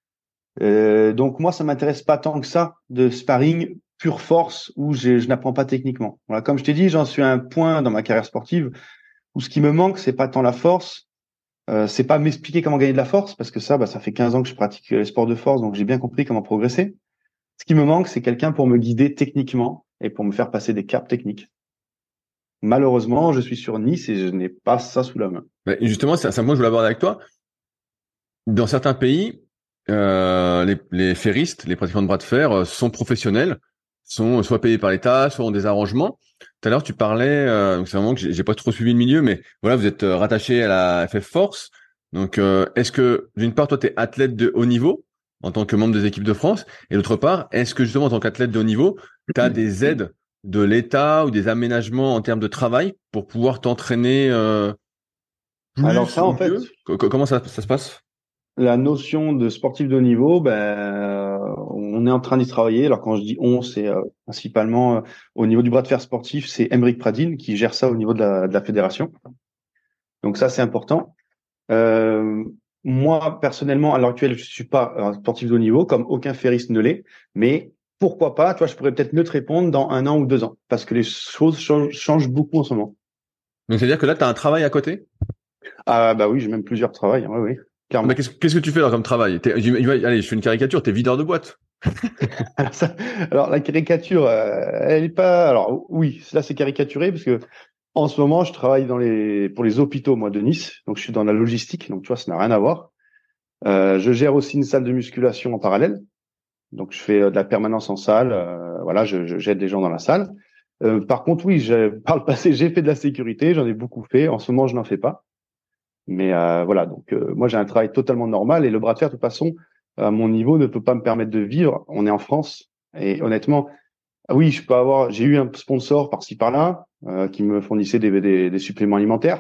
Euh, donc moi, ça m'intéresse pas tant que ça de sparring pure force où je, je n'apprends pas techniquement. Voilà, comme je t'ai dit, j'en suis à un point dans ma carrière sportive où ce qui me manque, c'est pas tant la force, euh, c'est pas m'expliquer comment gagner de la force parce que ça, bah, ça fait quinze ans que je pratique les sports de force, donc j'ai bien compris comment progresser. Ce qui me manque, c'est quelqu'un pour me guider techniquement et pour me faire passer des caps techniques. Malheureusement, je suis sur Nice et je n'ai pas ça sous la main. Bah, justement, c'est un point que je voulais aborder avec toi. Dans certains pays, euh, les, les ferristes, les pratiquants de bras de fer, euh, sont professionnels, sont soit payés par l'État, soit ont des arrangements. Tout à l'heure, tu parlais, euh, donc c'est vraiment que j'ai j'ai pas trop suivi le milieu, mais voilà, vous êtes euh, rattaché à la F F Force. Donc, euh, est-ce que d'une part, toi, tu es athlète de haut niveau en tant que membre des équipes de France, et d'autre part, est-ce que justement, en tant qu'athlète de haut niveau, tu as des aides de l'État ou des aménagements en termes de travail pour pouvoir t'entraîner euh, Alors plus ça, ou en fait, mieux? Co- co- Comment ça, ça se passe? la notion de sportif de haut niveau, ben, euh, on est en train d'y travailler. Alors quand je dis on, c'est euh, principalement euh, au niveau du bras de fer sportif, c'est Emeric Pradine qui gère ça au niveau de la, de la fédération. Donc ça, c'est important. Euh, moi, personnellement, à l'heure actuelle, je suis pas un sportif de haut niveau, comme aucun ferriste ne l'est. Mais pourquoi pas, tu vois, je pourrais peut-être mieux te répondre dans un an ou deux ans, parce que les choses changent, changent beaucoup en ce moment. Donc, c'est-à-dire que là, tu as un travail à côté? Ah bah oui, j'ai même plusieurs travails, hein, oui, oui, Ah bah, clairement. qu'est-ce, qu'est-ce que tu fais alors comme travail? T'es- j'im- allez, je fais une caricature, t'es videur de boîte. Alors, ça- alors, la caricature, euh, elle est pas. Alors oui, là c'est caricaturé parce que en ce moment je travaille dans les pour les hôpitaux moi de Nice, donc je suis dans la logistique, donc tu vois ça n'a rien à voir. Euh, je gère aussi une salle de musculation en parallèle, donc je fais euh, de la permanence en salle. Euh, voilà, je, je j'aide des gens dans la salle. Euh, par contre, oui, j'ai- par le passé j'ai fait de la sécurité, j'en ai beaucoup fait. En ce moment, je n'en fais pas. Mais euh, voilà, donc euh, moi j'ai un travail totalement normal et le bras de fer de toute façon à mon niveau ne peut pas me permettre de vivre. On est en France et honnêtement, ah oui, je peux avoir, j'ai eu un sponsor par-ci par-là euh, qui me fournissait des, des, des suppléments alimentaires.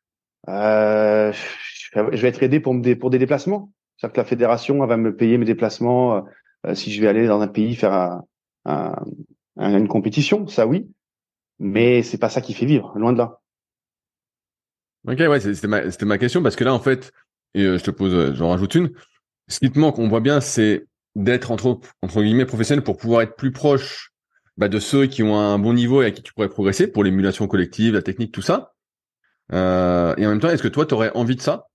Euh, je vais être aidé pour me dé- pour des déplacements. C'est-à-dire que la fédération elle va me payer mes déplacements euh, si je vais aller dans un pays faire un, un, un- une compétition, ça oui, mais c'est pas ça qui fait vivre, loin de là. Ok, ouais, c'est- c'était ma, c'était ma question parce que là, en fait, et euh, je te pose, euh, j'en rajoute une. Ce qui te manque, on voit bien, c'est d'être entre, entre guillemets professionnel pour pouvoir être plus proche bah, de ceux qui ont un bon niveau et à qui tu pourrais progresser pour l'émulation collective, la technique, tout ça. Euh, et en même temps, est-ce que toi, tu aurais envie de ça?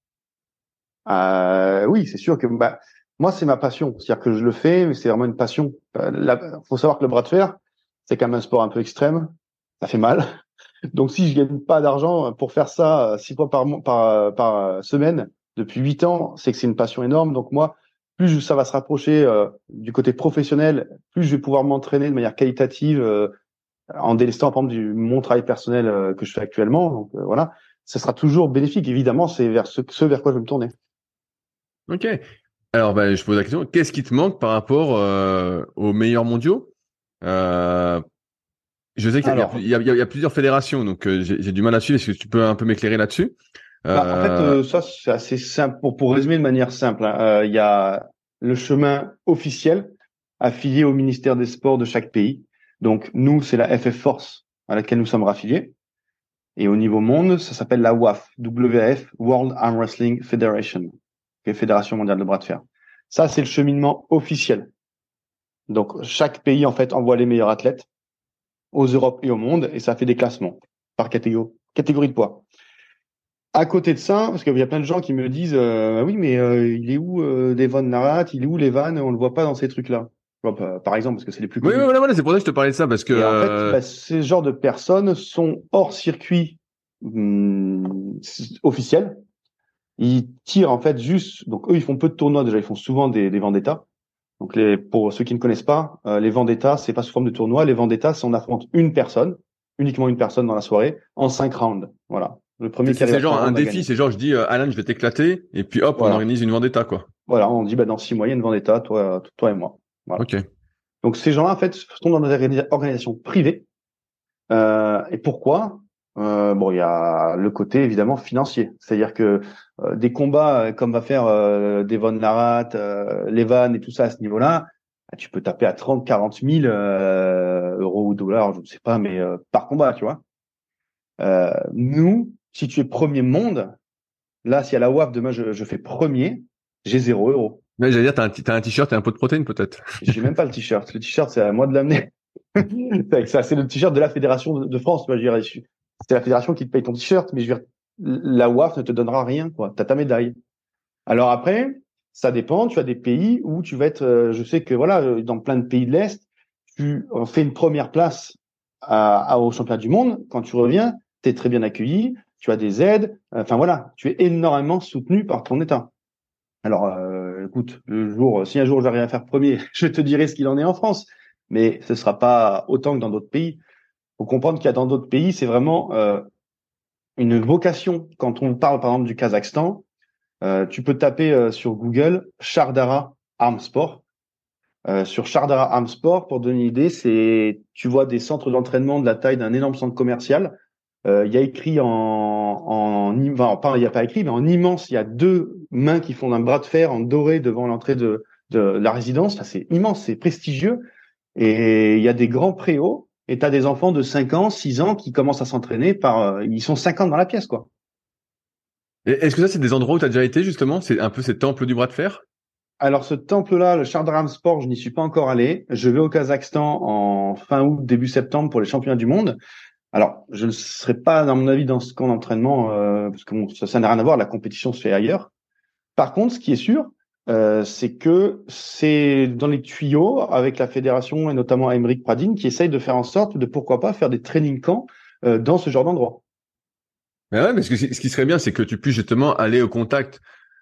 Euh, oui, c'est sûr que bah, moi, c'est ma passion. C'est-à-dire que je le fais, mais c'est vraiment une passion. Euh, la- faut savoir que le bras de fer, c'est quand même un sport un peu extrême. Ça fait mal. Donc, si je gagne pas d'argent pour faire ça six fois par, par, par semaine depuis huit ans, c'est que c'est une passion énorme. Donc, moi, plus ça va se rapprocher euh, du côté professionnel, plus je vais pouvoir m'entraîner de manière qualitative euh, en délestant, par exemple, du, mon travail personnel euh, que je fais actuellement. Donc, euh, voilà, ça sera toujours bénéfique. Évidemment, c'est vers ce, ce vers quoi je vais me tourner. Ok. Alors, bah, je pose la question, qu'est-ce qui te manque par rapport euh, aux meilleurs mondiaux? euh, Je sais qu'il y a, Alors, il y a, il y a, il y a plusieurs fédérations, donc euh, j'ai, j'ai du mal à suivre. Est-ce que tu peux un peu m'éclairer là-dessus? bah, en fait, euh, euh, ça, c'est assez simple. Pour, pour résumer de manière simple, hein, euh, il y a le chemin officiel affilié au ministère des Sports de chaque pays. Donc, nous, c'est la F F Force à laquelle nous sommes raffiliés. Et au niveau monde, ça s'appelle la W A F, W A F, World Arm Wrestling Federation, qui est Fédération mondiale de bras de fer. Ça, c'est le cheminement officiel. Donc, chaque pays, en fait, envoie les meilleurs athlètes aux Europes et au monde, et ça fait des classements par catégorie, catégorie de poids. À côté de ça, parce qu'il y a plein de gens qui me disent euh, oui, mais euh, il est où euh, Devon Narat, il est où Levan, on le voit pas dans ces trucs-là. Bon, par exemple, parce que c'est les plus Oui, oui, connus. voilà, voilà, c'est pour ça que je te parlais de ça, parce que Et en fait, euh, bah, ces genres de personnes sont hors circuit hum, officiel. Ils tirent en fait juste, donc eux ils font peu de tournois déjà, ils font souvent des, des vendettas. Donc les, pour ceux qui ne connaissent pas, euh, les vendettas c'est pas sous forme de tournoi. Les vendettas c'est on affronte une personne, uniquement une personne dans la soirée, en cinq rounds. Voilà. Le premier c'est qui c'est- arrive c'est à genre cinq un rounds a défi, gagné. c'est genre je dis euh, Alan, je vais t'éclater, et puis hop, on Voilà. organise une vendetta, quoi. Voilà. On dit bah dans six mois il y a une vendetta, toi, toi et moi. Voilà. Ok. Donc ces gens-là en fait sont dans des organi- organisations privées. Euh, et pourquoi? Euh, bon, il y a le côté évidemment financier, c'est-à-dire que euh, des combats euh, comme va faire euh, Devon Larratt, euh, Levan et tout ça à ce niveau-là, bah, tu peux taper à trente, quarante mille euh, euros ou dollars, je ne sais pas, mais euh, par combat, tu vois. Euh, nous, si tu es premier monde, là, si à la W A F demain je, je fais premier, j'ai zéro euro. Mais j'allais dire, t'as un, t- t'as un t-shirt et un pot de protéines, peut-être. J'ai même pas le t-shirt. Le t-shirt, c'est à moi de l'amener. C'est ça, c'est le t-shirt de la Fédération de de France. Moi, je dirais, c'est la fédération qui te paye ton t-shirt, mais je veux dire, la W A F ne te donnera rien, quoi. T'as ta médaille. Alors après, ça dépend. Tu as des pays où tu vas être, euh, je sais que voilà, euh, dans plein de pays de l'Est, tu euh, fais une première place à, à, au championnat du monde. Quand tu reviens, tu es très bien accueilli. Tu as des aides. Enfin voilà, tu es énormément soutenu par ton État. Alors, euh, écoute, le jour, si un jour j'arrive à faire premier, je te dirai ce qu'il en est en France, mais ce sera pas autant que dans d'autres pays. Faut comprendre qu'il y a dans d'autres pays, c'est vraiment euh, une vocation. Quand on parle par exemple du Kazakhstan, euh, tu peux taper euh, sur Google Shardara Arm Sport. Euh, sur Shardara Arm Sport, pour donner une idée, c'est tu vois des centres d'entraînement de la taille d'un énorme centre commercial. Euh, Il y a écrit en, en enfin, pas, il n'y a pas écrit, mais en immense, il y a deux mains qui font un bras de fer en doré devant l'entrée de, de la résidence. Enfin, c'est immense, c'est prestigieux. Et il y a des grands préaux. Et tu as des enfants de cinq ans, six ans qui commencent à s'entraîner par, euh, ils sont cinquante dans la pièce, quoi. Et est-ce que ça, c'est des endroits où tu as déjà été, justement? C'est un peu ces temples du bras de fer? Alors ce temple-là, le Shardram Sport, je n'y suis pas encore allé. Je vais au Kazakhstan en fin août, début septembre pour les championnats du monde. Alors je ne serai pas, à mon avis, dans ce camp d'entraînement euh, parce que bon, ça, ça n'a rien à voir. La compétition se fait ailleurs. Par contre, ce qui est sûr, euh, c'est que c'est dans les tuyaux avec la fédération et notamment Aymeric Pradine qui essaye de faire en sorte de pourquoi pas faire des training camps euh, dans ce genre d'endroit. Mais ouais, parce que ce qui serait bien, c'est que tu puisses justement aller au contact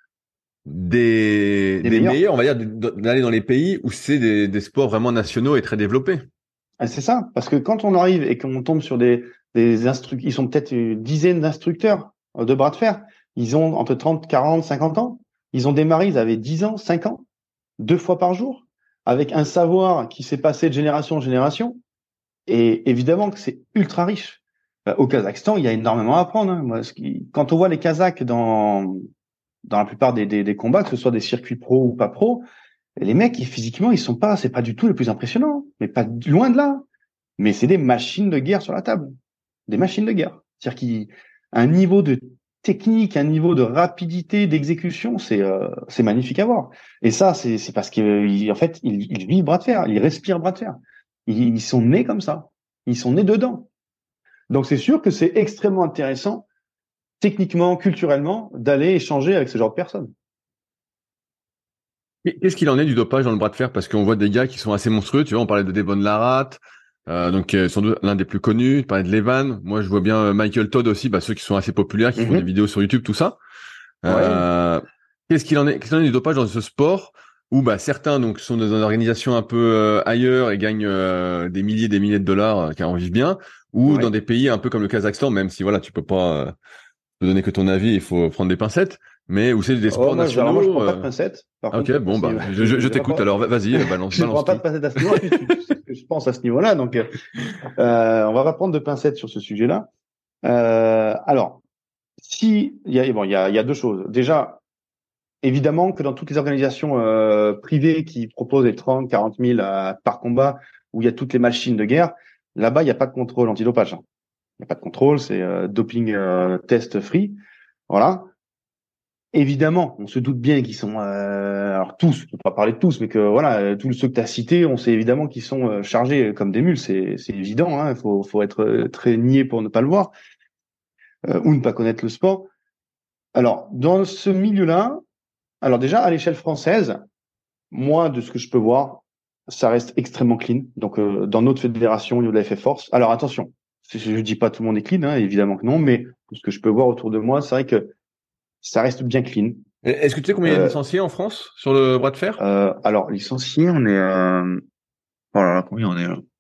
des, Des des meilleurs. meilleurs, on va dire, d'aller dans les pays où c'est des, des sports vraiment nationaux et très développés. Ah, c'est ça, parce que quand on arrive et qu'on tombe sur des, des instructeurs, ils sont peut-être une dizaine d'instructeurs euh, de bras de fer. Ils ont entre trente, quarante, cinquante ans. Ils ont démarré, ils avaient dix ans, cinq ans, deux fois par jour, avec un savoir qui s'est passé de génération en génération. Et évidemment que c'est ultra riche. Euh, Au Kazakhstan, il y a énormément à apprendre, hein. Moi, ce qui, quand on voit les Kazakhs dans, dans la plupart des, des, des combats, que ce soit des circuits pro ou pas pro, les mecs, ils, physiquement, ils sont pas, c'est pas du tout les plus impressionnants, mais pas loin de là. Mais c'est des machines de guerre sur la table, des machines de guerre. C'est-à-dire qu'il un niveau de technique, un niveau de rapidité, d'exécution, c'est euh, c'est magnifique à voir. Et ça, c'est c'est parce qu'en fait, ils, ils vivent bras de fer, ils respirent bras de fer. Ils, ils sont nés comme ça, ils sont nés dedans. Donc c'est sûr que c'est extrêmement intéressant, techniquement, culturellement, d'aller échanger avec ce genre de personnes. Qu'est-ce qu'il en est du dopage dans le bras de fer? Parce qu'on voit des gars qui sont assez monstrueux. Tu vois, on parlait de Devon Larratt. Euh, donc euh, sans doute l'un des plus connus. Tu parlais de Levan. Moi, je vois bien euh, Michael Todd aussi, bah, ceux qui sont assez populaires, qui font des Mhm. vidéos sur YouTube, tout ça. Ouais. Euh, qu'est-ce qu'il en est, qu'est-ce qu'il en est du dopage dans ce sport où bah certains donc sont dans une organisation un peu euh, ailleurs et gagnent euh, des milliers, des milliers de dollars, euh, car en vivent bien, ou dans Ouais. des pays un peu comme le Kazakhstan, même si voilà, tu peux pas euh, te donner que ton avis, il faut prendre des pincettes, mais où c'est des Oh, sports moi, je, alors moi, je nationaux. prends pas de euh, pincettes. Par ah, ok, contre, à bon ce bah niveau- je, je, je je t'écoute. pas, Alors va- vas-y, euh, balance, je prends balance pas de tout. pincettes à ce niveau. Tu, tu, tu sais ce que je pense à ce niveau-là. Donc, euh, euh, on va pas prendre de pincettes sur ce sujet-là. Euh, alors, si il y a, bon, il y a, il y a deux choses. Déjà, évidemment que dans toutes les organisations euh, privées qui proposent les trente, quarante mille à- par combat, où il y a toutes les machines de guerre, là-bas, il n'y a pas de contrôle antidopage. Il n'y a pas de contrôle, c'est euh, doping euh, test free. Voilà. Évidemment, on se doute bien qu'ils sont, euh, alors tous, on peut pas parler de tous, mais que voilà, euh, tous ceux que tu as cités, on sait évidemment qu'ils sont euh, chargés comme des mules, c'est c'est évident. Hein, il faut faut être euh, très niais pour ne pas le voir euh, ou ne pas connaître le sport. Alors dans ce milieu-là, alors déjà à l'échelle française, moi de ce que je peux voir, ça reste extrêmement clean. Donc euh, dans notre fédération au niveau de la F F Force, alors attention, je je dis pas tout le monde est clean, hein, évidemment que non, mais de ce que je peux voir autour de moi, c'est vrai que ça reste bien clean. Et est-ce que tu sais combien il y a de Euh, licenciés en France sur le bras de fer? Euh, alors, licencié, on est, euh, oh là là, combien on est là? Je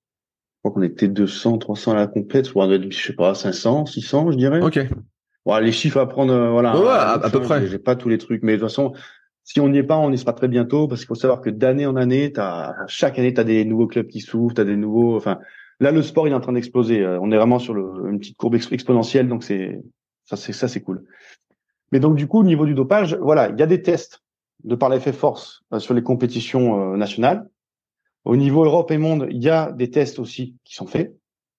crois qu'on était deux cents, trois cents à la complète, soit on doit être, je sais pas, cinq cents, six cents, je dirais. Ok. Ouais, Bon, les chiffres à prendre, euh, voilà, ouais, à la à, à louche, peu hein, j'ai près. j'ai pas tous les trucs, mais de toute façon, si on n'y est pas, on y sera très bientôt, parce qu'il faut savoir que d'année en année, t'as, chaque année, t'as des nouveaux clubs qui s'ouvrent, t'as des nouveaux, enfin, là, le sport, il est en train d'exploser. Euh, On est vraiment sur le, une petite courbe ex- exponentielle, donc c'est, ça, c'est, ça, c'est cool. Mais donc, du coup, au niveau du dopage, voilà, il y a des tests de par la F F Force euh, sur les compétitions euh, nationales. Au niveau Europe et monde, il y a des tests aussi qui sont faits.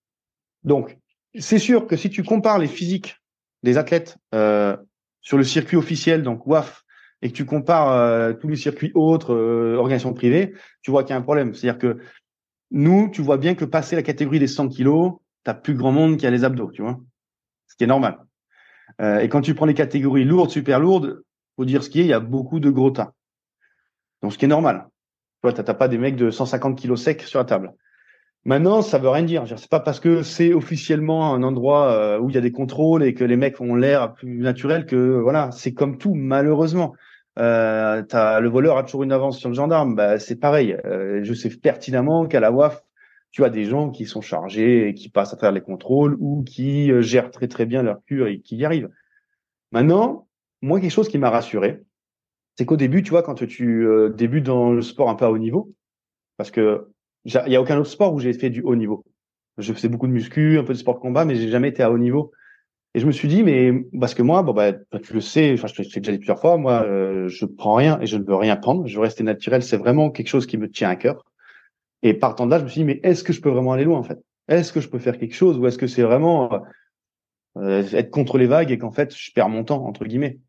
Donc, c'est sûr que si tu compares les physiques des athlètes euh, sur le circuit officiel, donc W A F, et que tu compares euh, tous les circuits autres, euh, organisations privées, tu vois qu'il y a un problème. C'est-à-dire que nous, tu vois bien que passer la catégorie des cent kilos, t'as plus grand monde qui a les abdos, tu vois, ce qui est normal. Euh, et quand tu prends les catégories lourdes, super lourdes, faut dire ce qui est, il y a beaucoup de gros tas. Donc, ce qui est normal. Tu vois, t'as t'as pas des mecs de cent cinquante kilos secs sur la table. Maintenant, ça veut rien dire. C'est pas parce que c'est officiellement un endroit euh, où il y a des contrôles et que les mecs ont l'air plus naturel que voilà, c'est comme tout malheureusement. Euh, t'as, le voleur a toujours une avance sur le gendarme. Bah, c'est pareil. Euh, je sais pertinemment qu'à la W A F, tu as des gens qui sont chargés et qui passent à travers les contrôles ou qui euh, gèrent très très bien leur cure et qui y arrivent. Maintenant, moi, quelque chose qui m'a rassuré, c'est qu'au début, tu vois, quand tu euh, débutes dans le sport un peu à haut niveau, parce que il y a aucun autre sport où j'ai fait du haut niveau. Je faisais beaucoup de muscu, un peu de sport de combat, mais j'ai jamais été à haut niveau. Et je me suis dit, mais parce que moi, bon bah, tu le sais, enfin, je te l'ai déjà dit plusieurs fois, moi, euh, je prends rien et je ne veux rien prendre. Je veux rester naturel. C'est vraiment quelque chose qui me tient à cœur. Et partant de là, je me suis dit, mais est-ce que je peux vraiment aller loin en fait? Est-ce que je peux faire quelque chose ou est-ce que c'est vraiment euh, être contre les vagues et qu'en fait, je perds mon temps entre guillemets?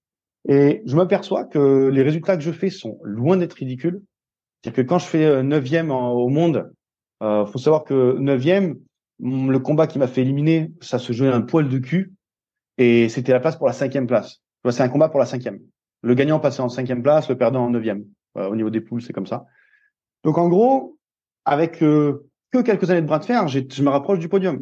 Et je m'aperçois que les résultats que je fais sont loin d'être ridicules. C'est-à-dire que quand je fais neuvième au monde, euh, faut savoir que neuvième, le combat qui m'a fait éliminer, ça se jouait un poil de cul et c'était la place pour la cinquième place. Tu vois, c'est un combat pour la cinquième. Le gagnant passait en cinquième place, le perdant en neuvième. Euh, au niveau des poules, c'est comme ça. Donc en gros, avec euh, que quelques années de bras de fer, j'ai- je me rapproche du podium.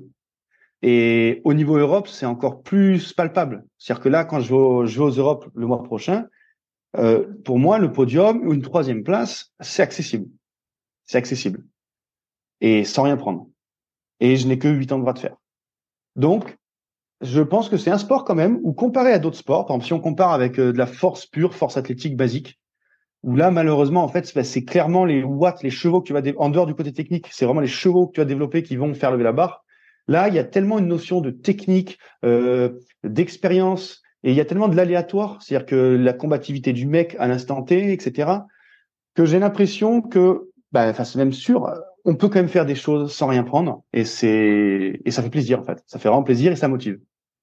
Et au niveau Europe, c'est encore plus palpable. C'est-à-dire que là, quand je vais, au- je vais aux Europes le mois prochain, euh, pour moi, le podium ou une troisième place, c'est accessible. C'est accessible. Et sans rien prendre. Et je n'ai que huit ans de bras de fer. Donc, je pense que c'est un sport quand même où comparé à d'autres sports, par exemple si on compare avec euh, de la force pure, force athlétique basique, où là malheureusement en fait c'est c'est clairement les watts, les chevaux que tu vas dé- en dehors du côté technique, c'est vraiment les chevaux que tu vas développer qui vont faire lever la barre. Là, il y a tellement une notion de technique, euh, d'expérience, et il y a tellement de l'aléatoire, c'est-à-dire que la combativité du mec à l'instant T, et cetera, que j'ai l'impression que, bah, enfin c'est même sûr, on peut quand même faire des choses sans rien prendre, et c'est et ça fait plaisir en fait, ça fait vraiment plaisir et ça motive.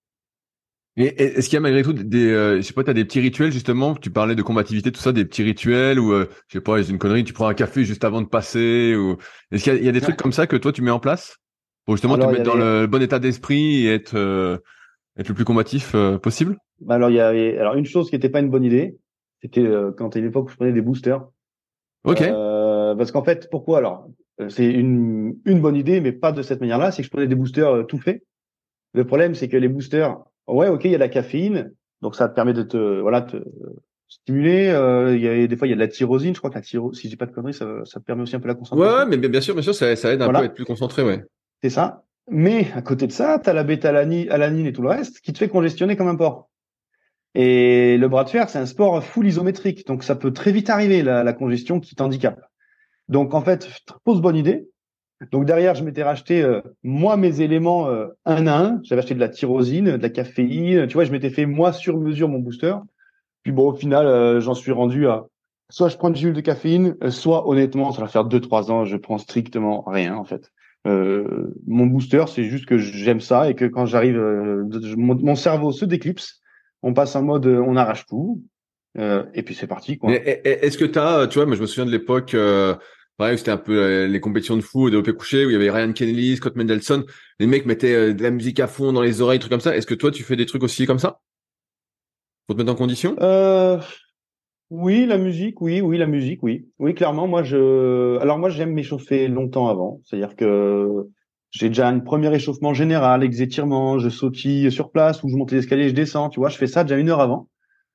Et et- est-ce qu'il y a malgré tout des, euh, je sais pas, t'as des petits rituels justement, tu parlais de combativité, tout ça, des petits rituels ou, euh, je sais pas, c'est une connerie, tu prends un café juste avant de passer ou est-ce qu'il y a, il y a des trucs comme ça que toi tu mets en place pour justement te Alors il y mettre dans avait, le bon état d'esprit et être, euh, être le plus combatif euh, possible? alors il y avait, alors une chose qui n'était pas une bonne idée, c'était euh, quand à une époque où je prenais des boosters, Ok. euh, parce qu'en fait pourquoi alors? euh, c'est une, une bonne idée, mais pas de cette manière-là. C'est que je prenais des boosters euh, tout faits. Le problème, c'est que les boosters, ouais, ok, il y a la caféine, donc ça te permet de te, voilà, te stimuler. Euh, il y a des fois, il y a de la tyrosine. Je crois que la tyro, si j'ai pas de conneries, ça, ça te permet aussi un peu la Ouais, ouais, concentration. mais bien bien sûr, bien sûr, ça, ça aide un peu à Voilà, être plus concentré, ouais. c'est ça. Mais à côté de ça, t'as la bêta-alanine alanine et tout le reste qui te fait congestionner comme un porc. Et le bras de fer, c'est un sport full isométrique, donc ça peut très vite arriver la, la congestion qui t'handicape. Donc en fait, fausse bonne idée. Donc derrière, je m'étais racheté euh, moi mes éléments euh, un à un. J'avais acheté de la tyrosine, de la caféine. Tu vois, je m'étais fait moi sur mesure mon booster. Puis bon, au final, euh, j'en suis rendu à soit je prends une gélule de caféine, euh, soit honnêtement, ça va faire deux trois ans, je prends strictement rien en fait. Euh, mon booster, c'est juste que j'aime ça et que quand j'arrive, euh, de- mon, mon cerveau se déclipse. On passe en mode, euh, on arrache tout. Euh, et puis c'est parti Mais quoi. e- e- est-ce que t'as, tu vois, moi je me souviens de l'époque, euh, pareil, c'était un peu euh, les compétitions de foot, développé couché, où il y avait Ryan Kennedy, Scott Mendelson, les mecs mettaient euh, de la musique à fond dans les oreilles, trucs comme ça. Est-ce que toi tu fais des trucs aussi comme ça pour te mettre en condition? Euh, Oui, la musique, oui, oui, la musique, oui. Oui, clairement, moi je alors moi j'aime m'échauffer longtemps avant. C'est-à-dire que j'ai déjà un premier échauffement général, avec des étirements, je sautille sur place ou je monte les escaliers, je descends, tu vois, je fais ça déjà une heure avant.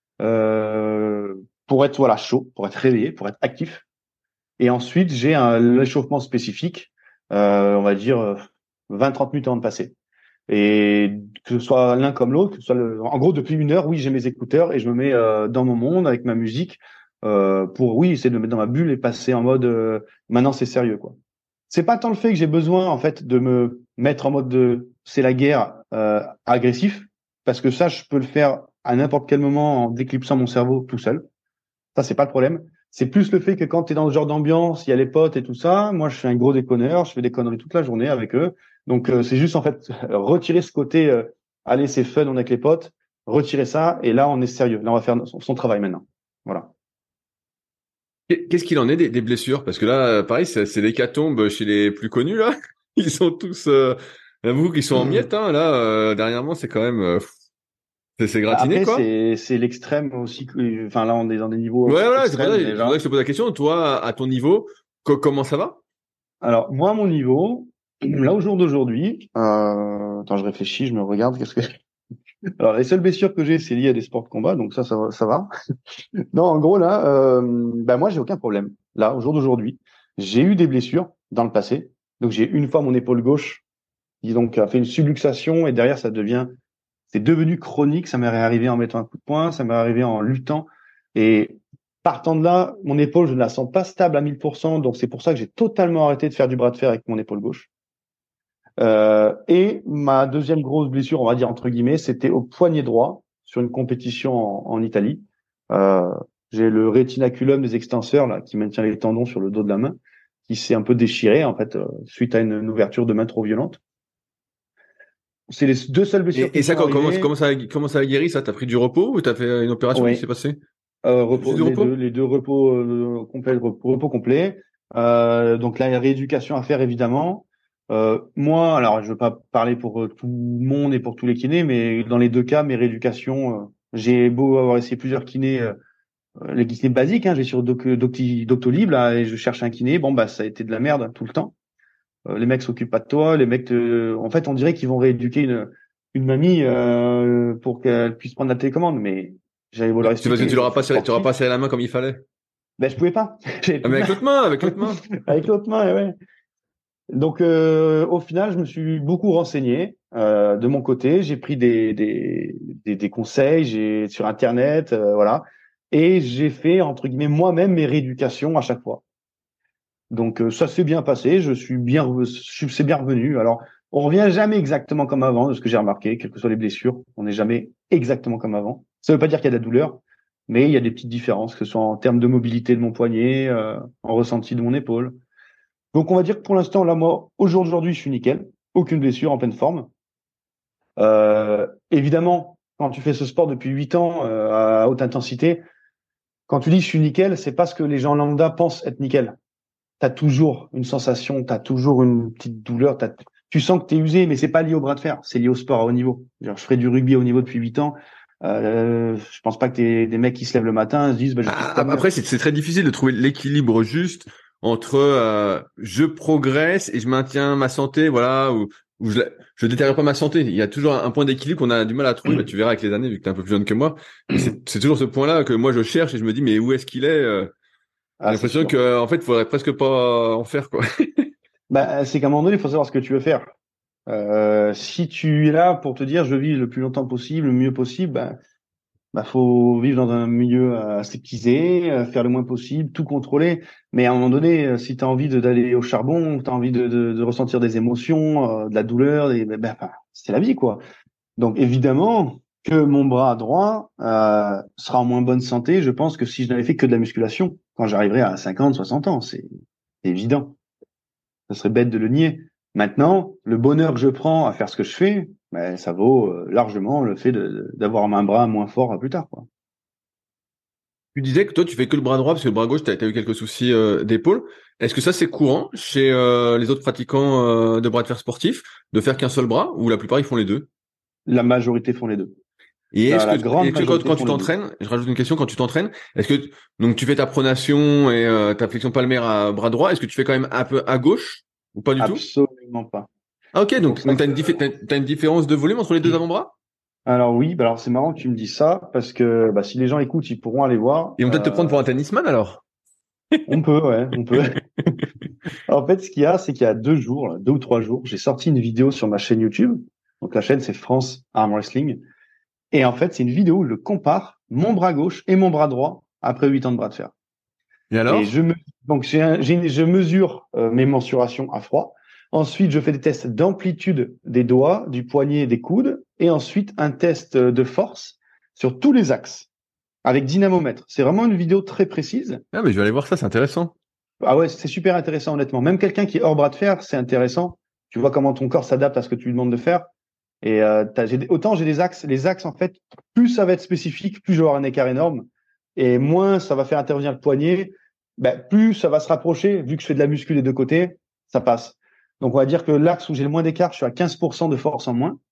Euh, pour être voilà chaud, pour être réveillé, pour être actif. Et ensuite, j'ai un échauffement spécifique, euh, on va dire vingt trente minutes avant de passer. Et que ce soit l'un comme l'autre, que ce soit le... en gros depuis une heure, oui, j'ai mes écouteurs et je me mets euh, dans mon monde avec ma musique euh, pour oui essayer de me mettre dans ma bulle et passer en mode euh, maintenant c'est sérieux quoi. C'est pas tant le fait que j'ai besoin en fait de me mettre en mode de c'est la guerre euh, agressif parce que ça je peux le faire à n'importe quel moment en déclipsant mon cerveau tout seul. Ça c'est pas le problème. C'est plus le fait que quand tu es dans ce genre d'ambiance, il y a les potes et tout ça. Moi, je suis un gros déconneur, je fais des conneries toute la journée avec eux. Donc, euh, c'est juste en fait retirer ce côté, euh, allez, c'est fun, on est avec les potes, retirer ça, et là, on est sérieux. Là, on va faire son, son travail maintenant. Voilà. Qu'est- Qu'est-ce qu'il en est des, des blessures? Parce que là, euh, pareil, c'est c'est l'hécatombe chez les plus connus là. Ils sont tous, euh, j'avoue qu'ils sont en miettes. Hein. Là, euh, dernièrement, c'est quand même, euh, c'est c'est Bah, gratiné après, quoi. c'est c'est l'extrême aussi. que- Enfin, là, on est dans des Ouais, niveaux voilà, c'est pour ça, extrêmes c'est pour ça déjà. que je te pose la question. Toi, à ton niveau, co- comment ça va? Alors, moi, à mon niveau, là, au jour d'aujourd'hui, euh... attends, je réfléchis, je me regarde. Qu'est-ce que alors, les seules blessures que j'ai, c'est lié à des sports de combat, donc ça, ça va. Ça va. Non, en gros, là, euh, bah, moi, j'ai aucun problème. Là, au jour d'aujourd'hui, j'ai eu des blessures dans le passé. Donc, j'ai une fois mon épaule gauche qui donc a fait une subluxation et derrière, ça devient, c'est devenu chronique. Ça m'est arrivé en mettant un coup de poing, ça m'est arrivé en luttant. Et partant de là, mon épaule, je ne la sens pas stable à mille pour cent. Donc, c'est pour ça que j'ai totalement arrêté de faire du bras de fer avec mon épaule gauche. Euh, et ma deuxième grosse blessure, on va dire entre guillemets, c'était au poignet droit sur une compétition en, en Italie. Euh, j'ai le rétinaculum des extenseurs là qui maintient les tendons sur le dos de la main, qui s'est un peu déchiré en fait euh, suite à une, une ouverture de main trop violente. C'est les deux seules blessures qui Et, et me ça, sont co- comment, arrivées. comment ça, a- comment ça a guéri ça? T'as pris du repos ou t'as fait une opération? Qu'est-ce qui s'est Oui, passé? euh, Juste repos, du les deux, repos? les deux repos euh, complets, repos, repos complet. Euh, donc là, il y a rééducation à faire évidemment. Euh, moi, alors je veux pas parler pour euh, tout le monde et pour tous les kinés, mais dans les deux cas, mes rééducations, euh, j'ai beau avoir essayé plusieurs kinés, euh, les kinés basiques, hein, j'ai sur Doc, Docti- Doctolib là et je cherche un kiné. Bon bah ça a été de la merde tout le temps. Euh, les mecs s'occupent pas de toi, les mecs, te... en fait, on dirait qu'ils vont rééduquer une une mamie euh, pour qu'elle puisse prendre la télécommande, mais j'avais beau leur C'est parce que expliquer, tu je leur as suis pas serré, tu leur as pas sportif. serré la main comme il fallait. Ben, je pouvais pas. J'avais Ah, plus mais de avec main. l'autre main, avec l'autre main. Avec l'autre main, ouais. Donc, euh, au final, je me suis beaucoup renseigné euh, de mon côté. J'ai pris des, des, des, des conseils, j'ai sur Internet, euh, voilà. Et j'ai fait, entre guillemets, moi-même mes rééducations à chaque fois. Donc, euh, ça s'est bien passé. Je suis bien, re- je suis- c'est bien revenu. Alors, on revient jamais exactement comme avant, de ce que j'ai remarqué, quelles que soient les blessures. On n'est jamais exactement comme avant. Ça veut pas dire qu'il y a de la douleur, mais il y a des petites différences, que ce soit en termes de mobilité de mon poignet, euh, en ressenti de mon épaule. Donc, on va dire que pour l'instant, là, moi, au jour d'aujourd'hui, je suis nickel. Aucune blessure, en pleine forme. Euh, évidemment, quand tu fais ce sport depuis huit ans, euh, à haute intensité, quand tu dis je suis nickel, c'est pas ce que les gens lambda pensent être nickel. T'as toujours une sensation, t'as toujours une petite douleur, t'as, tu sens que t'es usé, mais c'est pas lié au bras de fer, c'est lié au sport à haut niveau. Genre, je ferai du rugby à haut niveau depuis huit ans. Euh, je pense pas que t'es des mecs qui se lèvent le matin et se disent, bah, je vais tout Ah, retenir. après, c'est c'est très difficile de trouver l'équilibre juste entre euh, je progresse et je maintiens ma santé, voilà, ou, ou je, je détériore pas ma santé. Il y a toujours un, un point d'équilibre qu'on a du mal à trouver. Bah, tu verras avec les années, vu que tu es un peu plus jeune que moi. Mais c'est, c'est toujours ce point-là que moi je cherche et je me dis, mais où est-ce qu'il est, euh, J'ai Ah, c'est l'impression sûr. que en fait, il faudrait presque pas en faire, quoi. Bah, c'est qu'à un moment donné, il faut savoir ce que tu veux faire. Euh, si tu es là pour te dire, je vis le plus longtemps possible, le mieux possible, bah, bah, faut vivre dans un milieu euh, aseptisé, euh, faire le moins possible, tout contrôler. Mais à un moment donné, euh, si tu as envie de- d'aller au charbon, tu as envie de, de, de ressentir des émotions, euh, de la douleur, des, ben, ben, enfin, c'est la vie, quoi. Donc évidemment que mon bras droit euh, sera en moins bonne santé, je pense, que si je n'avais fait que de la musculation quand j'arriverai à cinquante, soixante ans. C'est évident. Ce serait bête de le nier. Maintenant, le bonheur que je prends à faire ce que je fais, ben, ça vaut euh, largement le fait de- d'avoir un bras moins fort plus tard, quoi. Tu disais que toi, tu fais que le bras droit parce que le bras gauche, tu as eu quelques soucis euh, d'épaule. Est-ce que ça, c'est courant chez euh, les autres pratiquants euh, de bras de fer sportifs de faire qu'un seul bras ou la plupart, ils font les deux? La majorité font les deux. Et La, est-ce que, la grande est-ce que quand, majorité quand font tu les deux. t'entraînes, je rajoute une question, quand tu t'entraînes, est-ce que donc tu fais ta pronation et euh, ta flexion palmaire à bras droit, est-ce que tu fais quand même un peu à gauche ou pas du tout? Absolument pas. Ah ok, C'est pour donc ça donc t'as une, que... diffé- t'as, t'as une différence de volume entre les deux avant-bras? Alors oui, bah alors c'est marrant que tu me dis ça parce que bah, si les gens écoutent, ils pourront aller voir. Ils vont peut-être te prendre Euh, pour un tennisman alors? on peut, ouais, on peut. En fait, ce qu'il y a, c'est qu'il y a deux jours, là, deux ou trois jours, j'ai sorti une vidéo sur ma chaîne YouTube. Donc la chaîne, c'est France Arm Wrestling. Et en fait, c'est une vidéo où je compare mon bras gauche et mon bras droit après huit ans de bras de fer. Et Et alors? je me, donc j'ai un- j'ai une- je mesure euh, mes mensurations à froid. Ensuite, je fais des tests d'amplitude des doigts, du poignet et des coudes. Et ensuite, un test de force sur tous les axes avec dynamomètre. C'est vraiment une vidéo très précise. Ah mais je vais aller voir ça, c'est intéressant. Ah ouais, c'est super intéressant, honnêtement. Même quelqu'un qui est hors bras de fer, c'est intéressant. Tu vois comment ton corps s'adapte à ce que tu lui demandes de faire. Et euh, t'as- j'ai des- autant j'ai des axes, les axes en fait, plus ça va être spécifique, plus je vais avoir un écart énorme, et moins ça va faire intervenir le poignet, ben, plus ça va se rapprocher, vu que je fais de la muscu des deux côtés, ça passe. Donc on va dire que l'axe où j'ai le moins d'écart, je suis à quinze pour cent de force en moins,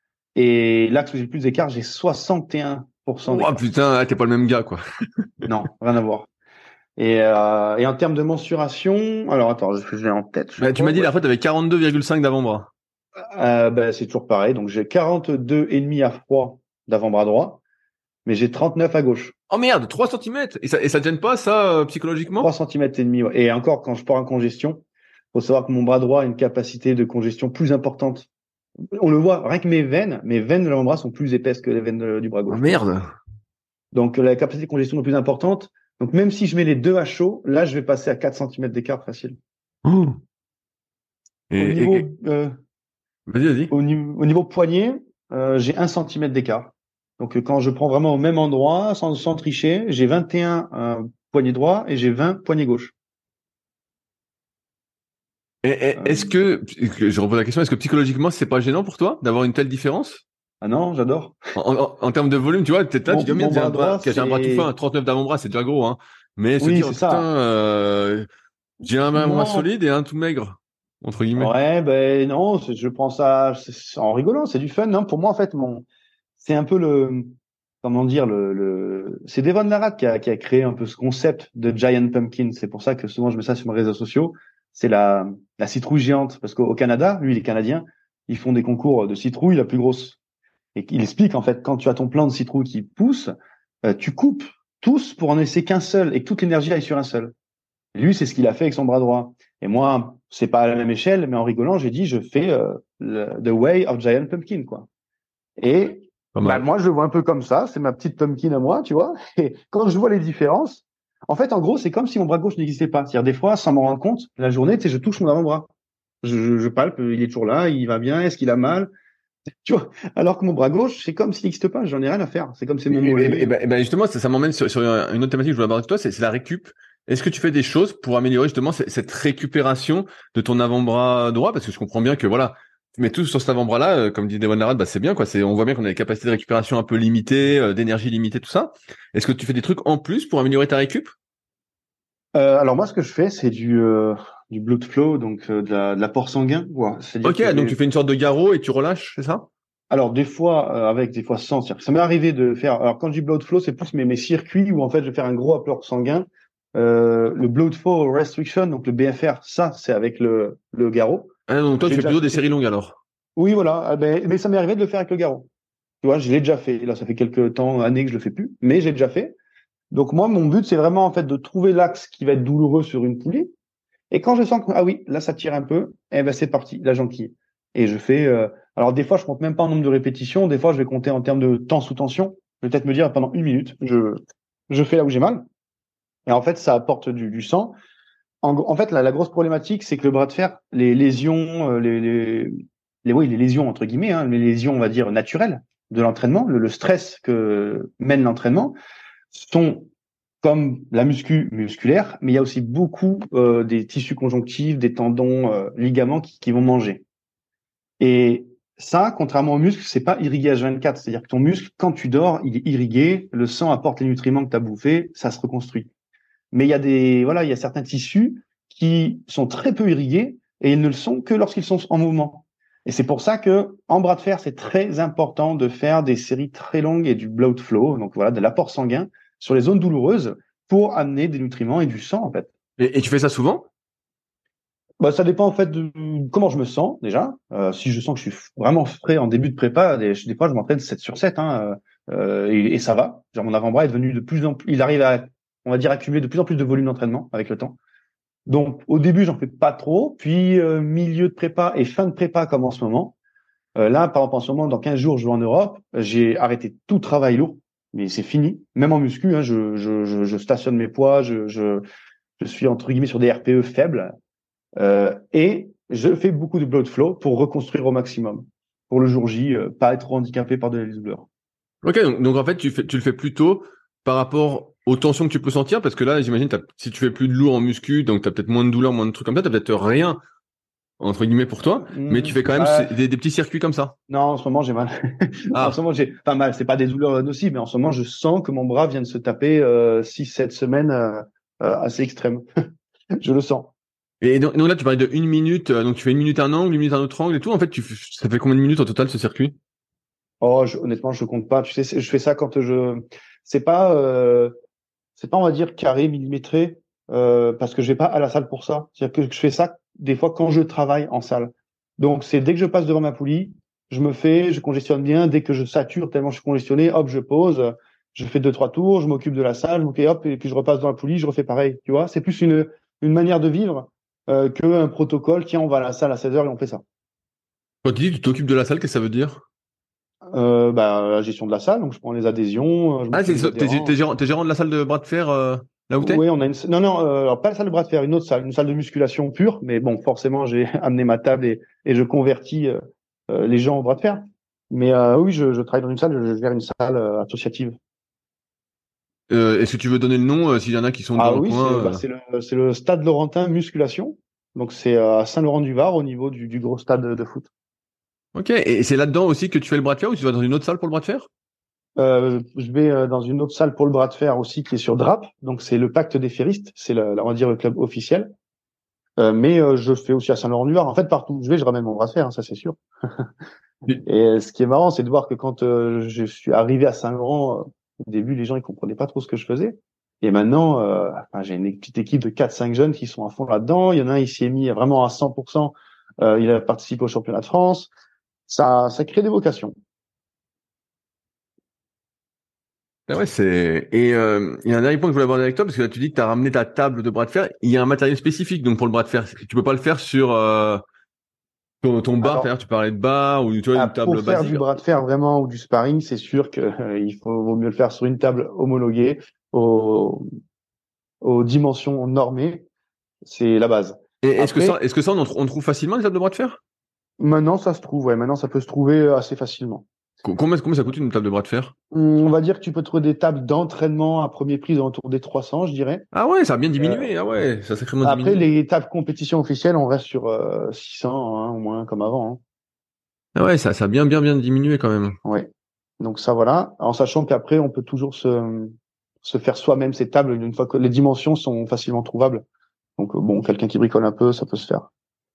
et l'axe où j'ai le plus d'écart, j'ai soixante et un pour cent Oh d'écart. putain, ah, t'es pas le même gars quoi. Non, rien à voir. Et, euh, et en termes de mensuration, alors attends, je je l'ai en tête, je Bah, tu crois. m'as dit Ouais. la fois t'avais quarante-deux virgule cinq d'avant-bras. Euh, ben, c'est toujours pareil. Donc j'ai quarante-deux et demi à froid d'avant-bras droit, mais j'ai trente-neuf à gauche. Oh merde, trois centimètres. Et ça, et ça te gêne pas, ça, euh, psychologiquement? trois centimètres et demi. Ouais. Et encore, quand je pars en congestion, faut savoir que mon bras droit a une capacité de congestion plus importante. On le voit, rien que mes veines, mes veines de l'avant-bras sont plus épaisses que les veines de- du bras Oh gauche. merde. Donc la capacité de congestion est plus importante. Donc même si je mets les deux à chaud, là je vais passer à quatre centimètres d'écart facile. Oh. Et, Au et- et- niveau, euh, vas-y, vas-y. au, niveau au niveau poignet, euh, j'ai un centimètre d'écart. Donc euh, quand je prends vraiment au même endroit, sans, sans tricher, j'ai vingt et un euh, poignet droit et j'ai vingt poignet gauche. Et, et- Euh, est-ce que, je repose la question, est-ce que psychologiquement, c'est pas gênant pour toi d'avoir une telle différence? ah non, j'adore. En, en- en termes de volume, tu vois, peut-être là, Mon, tu dis, oh merde, mon j'ai un bras bras, droit, j'ai un bras tout fin, c'est... trente-neuf d'avant-bras, c'est déjà gros, hein. Mais se Oui, dire, c'est oh, putain, ça. euh, j'ai un, un bras Non, solide et un tout maigre, entre guillemets. ouais, ben non, c'est- je prends ça c'est- en rigolant, c'est du fun. Non, pour moi, en fait, mon, c'est un peu le, comment dire, le, le... c'est Devon Larratt qui a, qui a créé un peu ce concept de Giant Pumpkin. C'est pour ça que souvent je mets ça sur mes réseaux sociaux. C'est la, la citrouille géante, parce qu'au au Canada, lui, il est canadien, ils font des concours de citrouille la plus grosse. Et il explique en fait, quand tu as ton plant de citrouille qui pousse, euh, tu coupes tous pour en laisser qu'un seul et que toute l'énergie aille sur un seul. Et lui, c'est ce qu'il a fait avec son bras droit. Et moi, c'est pas à la même échelle, mais en rigolant, j'ai dit, je fais euh, le, The Way of Giant Pumpkin, quoi. Et Pas bah, mal. moi, je le vois un peu comme ça. C'est ma petite pumpkin à moi, tu vois. Et quand je vois les différences, en fait, en gros, c'est comme si mon bras gauche n'existait pas. C'est-à-dire, des fois, sans m'en rendre compte, la journée, tu sais, je touche mon avant-bras. Je, je, je palpe, il est toujours là, il va bien, est-ce qu'il a mal? Tu vois. Alors que mon bras gauche, c'est comme s'il n'existe pas. J'en ai rien à faire. C'est comme c'est Et, mon et- mollet. et ben, et ben, justement, ça, ça m'emmène sur, sur une autre thématique que je voulais aborder avec toi, c'est c'est la récup. Est-ce que tu fais des choses pour améliorer justement cette, cette récupération de ton avant-bras droit? Parce que je comprends bien que voilà, tu mets tout sur cet avant-bras-là, euh, comme dit Devon Larratt, bah c'est bien quoi. C'est, on voit bien qu'on a des capacités de récupération un peu limitées, euh, d'énergie limitée, tout ça. Est-ce que tu fais des trucs en plus pour améliorer ta récup? Euh, alors moi, ce que je fais, c'est du euh, du blood flow, donc euh, de la- de l'apport sanguin. Ouais. C'est-à-dire Ok, que donc j'ai- tu fais une sorte de garrot et tu relâches, c'est ça? alors des fois euh, avec, des fois sans. C'est-à-dire que ça m'est arrivé de faire. Alors quand je dis blood flow, c'est plus mes, mes circuits où en fait je vais faire un gros apport sanguin Euh, le bloat flow restriction, donc le B F R, ça, c'est avec le, le garrot. Ah, donc toi, J'ai tu fais déjà plutôt des fait- séries longues alors. Oui, voilà. Ah ben, mais ça m'est arrivé de le faire avec le garrot. Tu vois, je l'ai déjà fait. Là, ça fait quelques temps, années que je le fais plus, mais j'ai déjà fait. Donc moi, mon but, c'est vraiment en fait de trouver l'axe qui va être douloureux sur une poulie. Et quand je sens que ah oui, là, ça tire un peu, eh ben c'est parti, la jonquille. Et je fais. Euh, alors des fois, je compte même pas en nombre de répétitions. Des fois, je vais compter en termes de temps sous tension. Je vais peut-être me dire pendant une minute, je je fais là où j'ai mal. Et en fait, ça apporte du, du sang. En, gros- en fait, la, la grosse problématique, c'est que le bras de fer, les lésions, euh, les, les, les, oui, les lésions entre guillemets, hein, les lésions, on va dire naturelles de l'entraînement, le, le stress que mène l'entraînement, sont comme la muscu musculaire, mais il y a aussi beaucoup euh, des tissus conjonctifs, des tendons, euh, ligaments qui, qui vont manger. Et ça, contrairement au muscle, c'est pas irrigué H vingt-quatre, c'est-à-dire que ton muscle, quand tu dors, il est irrigué, le sang apporte les nutriments que tu as bouffés, ça se reconstruit. Mais il y a des, voilà, il y a certains tissus qui sont très peu irrigués et ils ne le sont que lorsqu'ils sont en mouvement. Et c'est pour ça que, en bras de fer, c'est très important de faire des séries très longues et du blood flow, donc voilà, de l'apport sanguin sur les zones douloureuses pour amener des nutriments et du sang, en fait. Et, et tu fais ça souvent? Bah, ça dépend, en fait, de comment je me sens, déjà. Euh, si je sens que je suis vraiment frais en début de prépa, des, des fois, je m'entraîne sept sur sept, hein, euh, et, et ça va. Genre, mon avant-bras est devenu de plus en plus, il arrive à, on va dire, accumuler de plus en plus de volume d'entraînement avec le temps. Donc au début, j'en fais pas trop, puis euh, milieu de prépa et fin de prépa comme en ce moment. Euh, là, par exemple, en ce moment, dans quinze jours, je vais en Europe. J'ai arrêté tout travail lourd, mais c'est fini. Même en muscu, hein, je, je, je, je stationne mes poids, je, je, je suis entre guillemets sur des R P E faibles euh, et je fais beaucoup de blood flow pour reconstruire au maximum pour le jour J, euh, pas être handicapé par de la douleur. Ok, donc, donc en fait, tu fais, tu le fais plutôt par rapport aux tensions que tu peux sentir, parce que là, j'imagine, t'as- si tu fais plus de lourd en muscu, donc t'as peut-être moins de douleur, moins de trucs comme ça, t'as peut-être rien, entre guillemets, pour toi, mais tu Mmh, fais quand même bah, ces- des, des petits circuits comme ça. non, en ce moment, j'ai mal. En ce Ah, moment, j'ai pas mal. C'est pas des douleurs nocives, mais en ce moment, je sens que mon bras vient de se taper euh, six, sept semaines euh, euh, assez extrêmes. Je le sens. et donc, donc là, tu parlais de une minute, euh, donc tu fais une minute un angle, une minute un autre angle et tout. En fait, tu, f- ça fait combien de minutes au total ce circuit? Oh, je, honnêtement, je compte pas. Tu sais, c'est- je fais ça quand je. C'est pas, euh, c'est pas, on va dire carré, millimétré, euh, parce que je vais pas à la salle pour ça. C'est-à-dire que je fais ça des fois quand je travaille en salle. Donc, c'est dès que je passe devant ma poulie, je me fais, je congestionne bien. Dès que je sature tellement je suis congestionné, hop, je pose. Je fais deux, trois tours, je m'occupe de la salle, je m'occupe, hop, et puis je repasse dans la poulie, je refais pareil. Tu vois, c'est plus une, une manière de vivre euh, qu'un protocole. Tiens, on va à la salle à seize heures et on fait ça. Quand tu dis que tu t'occupes de la salle, qu'est-ce que ça veut dire? Euh, bah, la gestion de la salle, donc je prends les adhésions, euh, je Ah, m'occupe c'est des ça, t'es, t'es adhérents. gérant, t'es gérant de la salle de bras de fer, euh, là où t'es? Oui, on a une, non, non, euh, alors pas la salle de bras de fer, une autre salle, une salle de musculation pure, mais bon, forcément, j'ai amené ma table et, et je convertis euh, euh, les gens au bras de fer. Mais euh, oui, je, je travaille dans une salle, je, je gère une salle euh, associative. Euh, est-ce que tu veux donner le nom, euh, s'il y en a qui sont dans Ah le oui, c'est bah, coin? euh c'est le, c'est le stade Laurentin Musculation. Donc c'est euh, à Saint-Laurent-du-Var au niveau du, du gros stade de, de foot. Ok, et c'est là-dedans aussi que tu fais le bras de fer ou tu vas dans une autre salle pour le bras de fer? Euh, je vais euh, dans une autre salle pour le bras de fer aussi qui est sur Drape. Donc c'est le Pacte des ferristes, c'est le, on va dire le club officiel. Euh, mais euh, je fais aussi à Saint-Laurent-du-Var. En fait, partout où je vais, je ramène mon bras de fer, hein, ça c'est sûr. Et- Et euh, ce qui est marrant, c'est de voir que quand euh, je suis arrivé à Saint-Laurent, euh, au début, les gens ils comprenaient pas trop ce que je faisais. Et maintenant, euh, enfin, j'ai une petite équipe de quatre cinq jeunes qui sont à fond là-dedans. Il y en a un, il s'y est mis vraiment à cent pour cent. Euh, il a participé au championnat de France. Ça, ça crée des vocations. Ah ouais, c'est. Et euh, il y a un dernier point que je voulais aborder avec toi, parce que là, tu dis que tu as ramené ta table de bras de fer. Il y a un matériel spécifique donc pour le bras de fer. Tu peux pas le faire sur euh, ton, ton bar. Alors, C'est-à-dire, tu parlais de bar ou tu vois ah, une pour table faire basique. du bras de fer vraiment ou du sparring, c'est sûr que euh, il faut vaut mieux le faire sur une table homologuée aux, aux dimensions normées. C'est la base. Et est-ce que ça, Après, est-ce que ça, on, en tr- on trouve facilement des tables de bras de fer? maintenant, ça se trouve. Ouais, maintenant, ça peut se trouver euh, assez facilement. Co- Combien, combien ça coûte une table de bras de fer? On va dire que tu peux trouver des tables d'entraînement à premier prix autour des trois cents, je dirais. Ah ouais, ça a bien Euh, diminué. Ah ouais, ça a sacrément Après, diminué. les tables compétition officielles, on reste sur euh, six cents, hein, au moins, comme avant. Hein. Ah ouais, ça, ça a bien, bien, bien diminué quand même. Ouais. Donc ça, voilà. En sachant qu'après, on peut toujours se, se faire soi-même ces tables une fois que les dimensions sont facilement trouvables. Donc euh, bon, quelqu'un qui bricole un peu, ça peut se faire.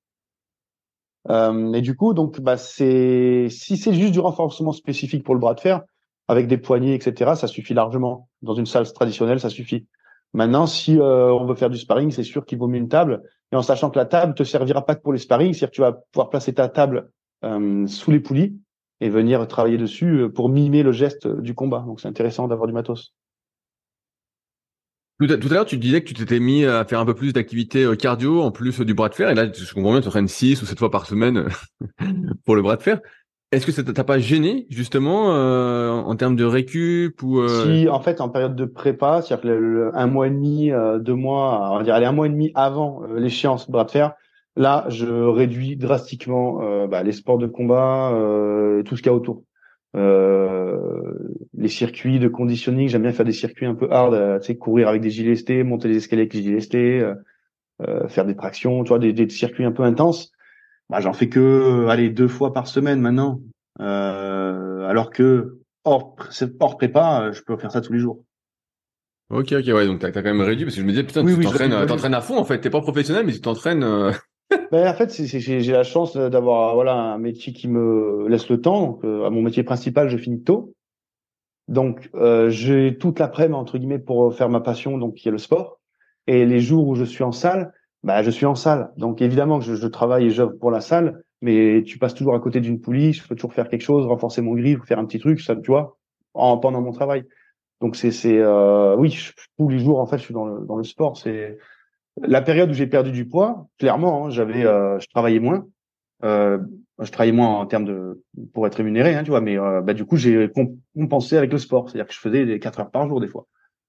Euh, et du coup, donc, bah, c'est si c'est juste du renforcement spécifique pour le bras de fer, avec des poignées, et cetera, ça suffit largement. Dans une salle traditionnelle, ça suffit. Maintenant, si euh, on veut faire du sparring, c'est sûr qu'il vaut mieux une table. Et en sachant que la table te servira pas que pour les sparring, c'est-à-dire que tu vas pouvoir placer ta table euh, sous les poulies et venir travailler dessus pour mimer le geste du combat. Donc c'est intéressant d'avoir du matos. Tout à, tout à l'heure, tu disais que tu t'étais mis à faire un peu plus d'activité euh, cardio en plus du bras de fer. Et là, je comprends bien, tu entraînes six ou sept fois par semaine pour le bras de fer. Est-ce que ça t'a pas gêné, justement, euh, en termes de récup ou euh... Si, en fait, en période de prépa, c'est-à-dire que le, le- un mois et demi, euh, deux mois, on va dire, allez, un mois et demi avant euh, l'échéance bras de fer, là, je réduis drastiquement euh, bah, les sports de combat, euh, et tout ce qu'il y a autour. Euh, les circuits de conditioning, j'aime bien faire des circuits un peu hard, euh, tu sais, courir avec des gilets lestés, monter les escaliers avec les gilets lestés, euh, euh, faire des tractions, tu vois, des, des circuits un peu intenses. Bah, j'en fais que, euh, allez, deux fois par semaine maintenant. Euh, alors que hors, pré- hors prépa, euh, je peux faire ça tous les jours. Ok, ok, ouais, donc t'as, t'as quand même réduit parce que je me disais, putain, Oui, tu oui, je t'entraînes, réduis, je euh, réduis. t'entraînes à fond, en fait. T'es pas professionnel, mais tu t'entraînes, euh... Ben, en fait, c'est, c'est- j'ai j'ai la chance d'avoir voilà un métier qui me laisse le temps. Donc, euh, à mon métier principal, je finis tôt. Donc, euh, j'ai toute l'après-midi, entre guillemets, pour faire ma passion, donc qui est le sport. Et les jours où je suis en salle, bah, je suis en salle. Donc, évidemment que je, je travaille et j'œuvre pour la salle, mais tu passes toujours à côté d'une poulie. Je peux toujours faire quelque chose, renforcer mon griffe, faire un petit truc, ça, tu vois, en, pendant mon travail. Donc, c'est, c'est, euh, oui, je- tous les jours, en fait, je suis dans le, dans le sport. C'est la période où j'ai perdu du poids. Clairement, hein, j'avais, euh, je travaillais moins. Euh, je travaillais moins en termes de pour être rémunéré, hein, tu vois, mais euh, bah du coup j'ai com- compensé avec le sport, c'est-à-dire que je faisais des quatre heures par jour des fois.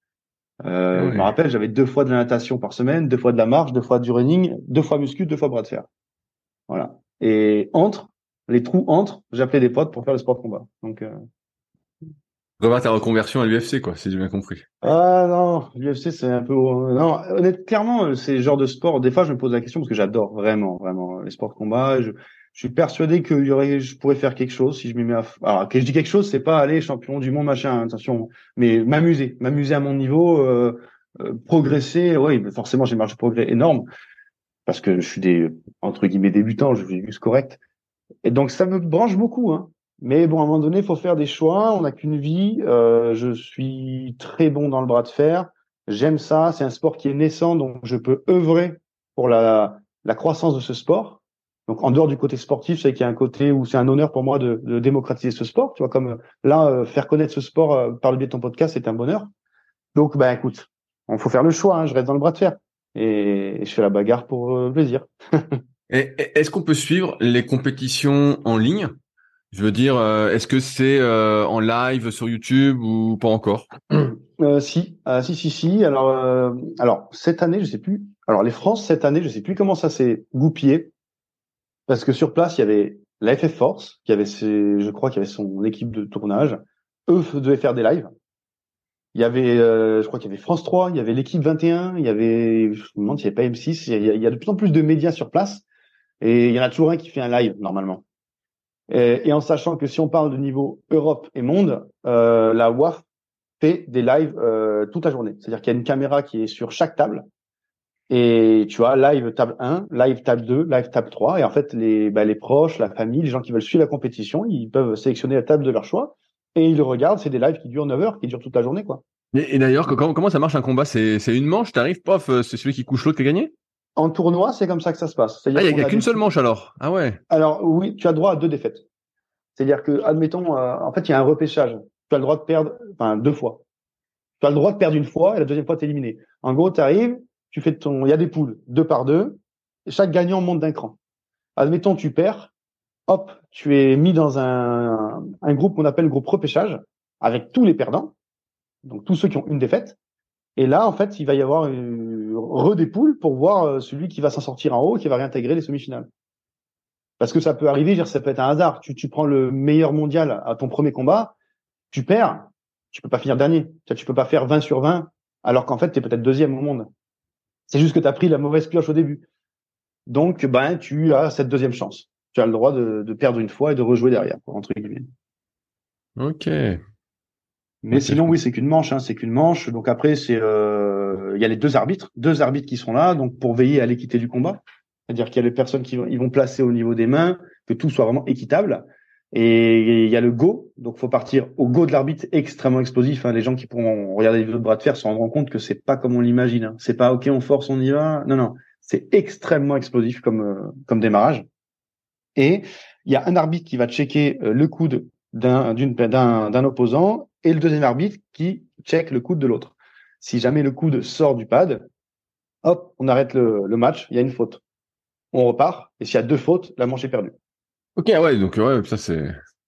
Ah Euh, je me ouais. rappelle, j'avais deux fois de la natation par semaine, deux fois de la marche, deux fois du running, deux fois muscu, deux fois bras de fer. Voilà. Et entre les trous entre, j'appelais des potes pour faire le sport de combat. Donc euh, Revoir ta reconversion à l'U F C, quoi, si j'ai bien compris. ah non, l'U F C c'est un peu non, honnêtement, clairement euh, c'est le genre de sport. Des fois je me pose la question parce que j'adore vraiment, vraiment les sports de combat. Je, je suis persuadé que y aurait, je pourrais faire quelque chose si je m'y mets à. f- Alors que je dis quelque chose, c'est pas aller champion du monde machin, hein, attention, mais m'amuser, m'amuser à mon niveau, euh, euh, progresser. Oui, mais forcément j'ai une marge de progrès énorme parce que je suis des entre guillemets débutant, je suis juste correct. Et donc ça me branche beaucoup, hein. Mais bon, à un moment donné, il faut faire des choix. On n'a qu'une vie. Euh, je suis très bon dans le bras de fer. J'aime ça. C'est un sport qui est naissant, donc je peux œuvrer pour la, la croissance de ce sport. Donc en dehors du côté sportif, c'est qu'il y a un côté où c'est un honneur pour moi de, de démocratiser ce sport. Tu vois, comme euh, là, euh, faire connaître ce sport euh, par le biais de ton podcast, c'est un bonheur. Donc, bah écoute, il faut faire le choix, hein. Je reste dans le bras de fer et, et je fais la bagarre pour euh, le plaisir. Et, et- est-ce qu'on peut suivre les compétitions en ligne? Je veux dire, euh, est-ce que c'est euh, en live sur YouTube ou pas encore? Euh, si, euh, si, si, si. Alors, euh, alors cette année, je sais plus. Alors les France cette année, je sais plus comment ça s'est goupillé parce que sur place il y avait la F F Force qui avait ses, je crois qu'il y avait son équipe de tournage. Eux f- devaient faire des lives. Il y avait, euh, je crois qu'il y avait France trois, il y avait l'équipe vingt et un, il y avait, je me demande s'il n'y avait pas M six. Il y, a, il y a de plus en plus de médias sur place et il y en a toujours un qui fait un live normalement. Et, et en sachant que si on parle de niveau Europe et monde, euh, la W A F fait des lives euh, toute la journée. C'est-à-dire qu'il y a une caméra qui est sur chaque table et tu as live table un, live table deux, live table trois et en fait les bah, les proches, la famille, les gens qui veulent suivre la compétition, ils peuvent sélectionner la table de leur choix et ils le regardent, c'est des lives qui durent neuf heures, qui durent toute la journée quoi. Et, et d'ailleurs, que- comment, comment ça marche un combat? C'est, c'est une manche, t'arrives, pof, euh, c'est celui qui couche l'autre qui a gagné? En tournoi, c'est comme ça que ça se passe. Ah, il C'est-à-dire y a, qu'on y a a qu'une des seule poules. manche alors. Ah ouais. Alors oui, tu as droit à deux défaites. C'est-à-dire que admettons euh, en fait, il y a un repêchage. Tu as le droit de perdre enfin deux fois. Tu as le droit de perdre une fois et la deuxième fois t'es éliminé. En gros, tu arrives, tu fais ton il y a des poules deux par deux et chaque gagnant monte d'un cran. Admettons, tu perds, hop, tu es mis dans un, un groupe qu'on appelle le groupe repêchage, avec tous les perdants, donc tous ceux qui ont une défaite. Et là, en fait, il va y avoir une, re des poules pour voir euh, celui qui va s'en sortir en haut, qui va réintégrer les semi-finales. Parce que ça peut arriver, dire, ça peut être un hasard. Tu, tu prends le meilleur mondial à ton premier combat, tu perds, tu peux pas finir dernier. Tu peux pas faire vingt sur vingt, alors qu'en fait, tu es peut-être deuxième au monde. C'est juste que tu as pris la mauvaise pioche au début. Donc, ben, tu as cette deuxième chance. Tu as le droit de, de perdre une fois et de rejouer derrière, quoi, entre guillemets. Ok. Mais Ok, je sinon, oui, comprends. c'est qu'une manche, hein, c'est qu'une manche. Donc après, c'est, euh, il y a les deux arbitres, deux arbitres qui sont là, donc pour veiller à l'équité du combat. C'est-à-dire qu'il y a les personnes qui vont, ils vont placer au niveau des mains, que tout soit vraiment équitable. Et il y a le go, donc faut partir au go de l'arbitre, extrêmement explosif. Hein. Les gens qui pourront regarder les vidéos de bras de fer se rendront compte que c'est pas comme on l'imagine. Hein. C'est pas ok, on force, on y va. Non, non, c'est extrêmement explosif comme euh, comme démarrage. Et il y a un arbitre qui va checker euh, le coude d'un d'une d'un d'un opposant et le deuxième arbitre qui check le coude de l'autre. Si jamais le coude sort du pad, hop, on arrête le, le match. Il y a une faute, on repart. Et s'il y a deux fautes, la manche est perdue. Ok, ouais, donc ouais, ça c'est.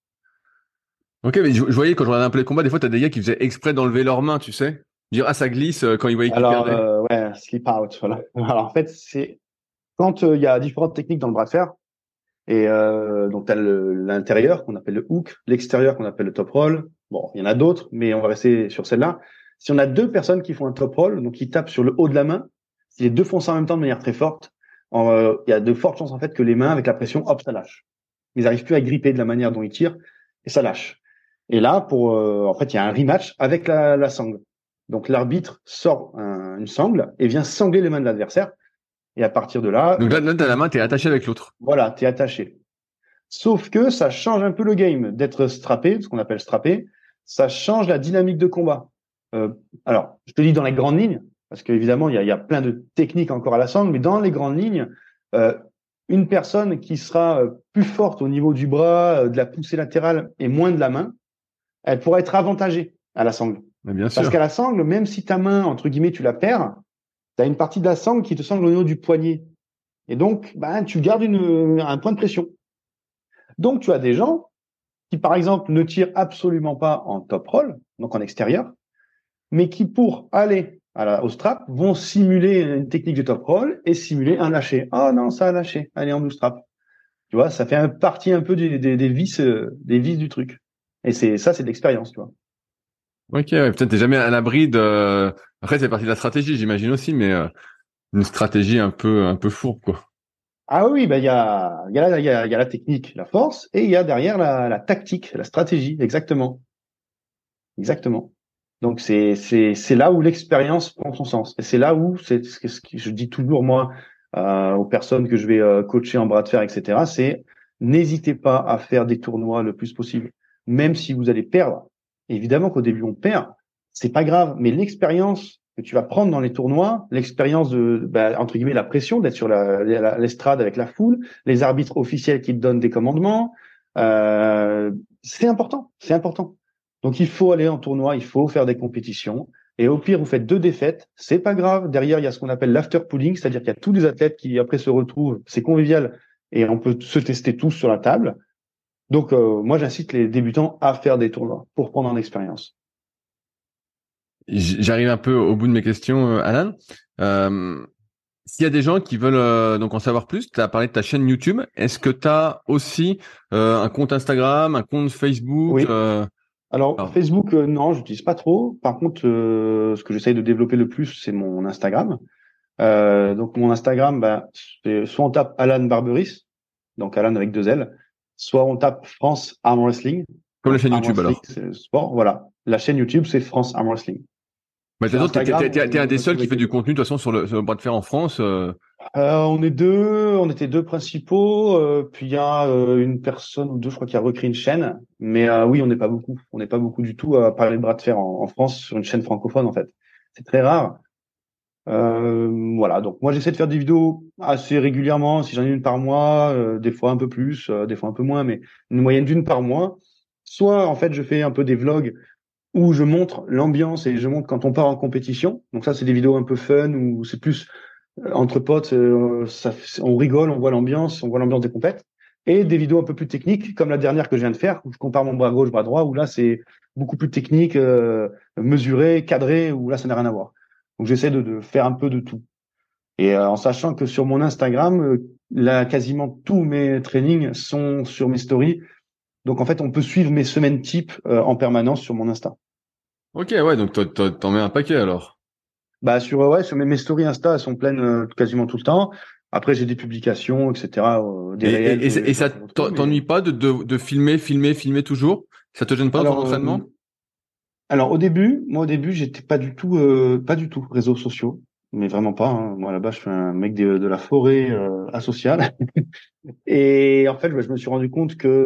Ok, mais je, je voyais quand je regardais un peu les combats, des fois t'as des gars qui faisaient exprès d'enlever leurs mains, tu sais, dire ah ça glisse euh, quand ils voyaient qu'ils Alors perdaient. euh, ouais, slip out. Voilà. Alors en fait, c'est quand euh, il y a différentes techniques dans le bras de fer. Et euh, donc, tu as l'intérieur qu'on appelle le hook, l'extérieur qu'on appelle le top roll. Bon, il y en a d'autres, mais on va rester sur celle-là. Si on a deux personnes qui font un top roll, donc qui tapent sur le haut de la main, si les deux font ça en même temps de manière très forte, euh, il y a de fortes chances en fait que les mains, avec la pression, hop, ça lâche. Ils n'arrivent plus à gripper de la manière dont ils tirent, et ça lâche. Et là, pour euh, en fait, il y a un rematch avec la, la sangle. Donc l'arbitre sort un, une sangle et vient sangler les mains de l'adversaire. Et à partir de là, Donc là, là t'as la main, t'es attaché avec l'autre. voilà, t'es attaché. Sauf que ça change un peu le game d'être strappé, ce qu'on appelle strappé. Ça change la dynamique de combat. Euh, alors, je te dis dans les grandes lignes, parce qu'évidemment, il y a, il y a plein de techniques encore à la sangle, mais dans les grandes lignes, euh, une personne qui sera plus forte au niveau du bras, de la poussée latérale et moins de la main, elle pourra être avantagée à la sangle. Mais bien sûr. Parce qu'à la sangle, même si ta main, entre guillemets, tu la perds, tu as une partie de la sangle qui te sangle au niveau du poignet. Et donc, ben, tu gardes une, un point de pression. Donc, tu as des gens qui, par exemple, ne tirent absolument pas en top roll, donc en extérieur, mais qui, pour aller à la, au strap, vont simuler une technique de top roll et simuler un lâcher. Oh non, ça a lâché. Allez, en strap. Tu vois, ça fait un partie un peu des, des, des vis, euh, des vis du truc. Et c'est ça, c'est de l'expérience, tu vois. Ok, ouais, peut-être t'es jamais à l'abri de. Après, c'est partie de la stratégie, j'imagine aussi, mais euh, une stratégie un peu, un peu fourbe, quoi. Ah oui, bah il y a, il y a, il y a, il y a la technique, la force, et il y a derrière la, la tactique, la stratégie, exactement, exactement. Donc c'est c'est c'est là où l'expérience prend son sens, et c'est là où c'est ce que, ce que je dis toujours moi euh, aux personnes que je vais euh, coacher en bras de fer, et cetera. C'est n'hésitez pas à faire des tournois le plus possible, même si vous allez perdre. Évidemment qu'au début on perd, c'est pas grave, mais l'expérience que tu vas prendre dans les tournois, l'expérience de, bah, entre guillemets, la pression d'être sur la, la, l'estrade avec la foule, les arbitres officiels qui te donnent des commandements, euh, c'est important, c'est important. Donc il faut aller en tournoi, il faut faire des compétitions. Et au pire, vous faites deux défaites, c'est pas grave. Derrière, il y a ce qu'on appelle l'after pooling, c'est-à-dire qu'il y a tous les athlètes qui après se retrouvent, c'est convivial et on peut se tester tous sur la table. Donc euh, moi, j'incite les débutants à faire des tournois pour prendre en expérience. J'arrive un peu au bout de mes questions, euh, Alan. Euh, s'il y a des gens qui veulent euh, donc en savoir plus, tu as parlé de ta chaîne YouTube. Est-ce que tu as aussi euh, un compte Instagram, un compte Facebook Oui. euh... Alors Alors, Facebook, euh, non, j'utilise pas trop. Par contre, euh, ce que j'essaye de développer le plus, c'est mon Instagram. Euh, donc mon Instagram, bah, c'est soit on tape Alan Barberis, donc Alan avec deux L, soit on tape France Arm Wrestling. comme la Donc chaîne Arm YouTube Wrestling, alors. c'est le sport. Voilà. La chaîne YouTube, c'est France Arm Wrestling. Bah, de Sur toute façon, t'es, Instagram, t'es, t'es, t'es un on des me seuls trouve qui avec fait des du photos. contenu de toute façon sur le, sur le bras de fer en France. Euh... Euh, on est deux, on était deux principaux, euh, puis il y a euh, une personne ou deux, je crois, qui a recréé une chaîne. Mais euh, oui, on n'est pas beaucoup. On n'est pas beaucoup du tout à parler de bras de fer en, en France sur une chaîne francophone, en fait. C'est très rare. Euh, voilà, donc moi j'essaie de faire des vidéos assez régulièrement, si j'en ai une par mois, euh, des fois un peu plus, euh, des fois un peu moins, mais une moyenne d'une par mois. Soit en fait je fais un peu des vlogs où je montre l'ambiance et je montre quand on part en compétition. Donc ça c'est des vidéos un peu fun où c'est plus euh, entre potes, euh, ça, on rigole, on voit l'ambiance, on voit l'ambiance des compètes. Et des vidéos un peu plus techniques, comme la dernière que je viens de faire, où je compare mon bras gauche, bras droit, où là c'est beaucoup plus technique, euh, mesuré, cadré, où là ça n'a rien à voir. Donc j'essaie de, de faire un peu de tout. Et euh, en sachant que sur mon Instagram, euh, là quasiment tous mes trainings sont sur mes stories. Donc en fait, on peut suivre mes semaines type euh, en permanence sur mon Insta. Ok, ouais, donc t'en, t'en t'en mets un paquet alors. Bah sur euh, ouais, sur mes, mes stories Insta, elles sont pleines euh, quasiment tout le temps. Après, j'ai des publications, et cetera, euh, des Et, réels et, et, tous ça les et jours ça que je retrouve. t'en- Mais t'ennuie pas de, de, de filmer, filmer, filmer toujours? Ça te gêne pas dans ton alors, euh, entraînement? alors au début, moi au début, j'étais pas du tout, euh, pas du tout réseaux sociaux, mais vraiment pas. Hein. Moi là-bas, je suis un mec de, de la forêt euh, asociale. Et en fait, je me suis rendu compte que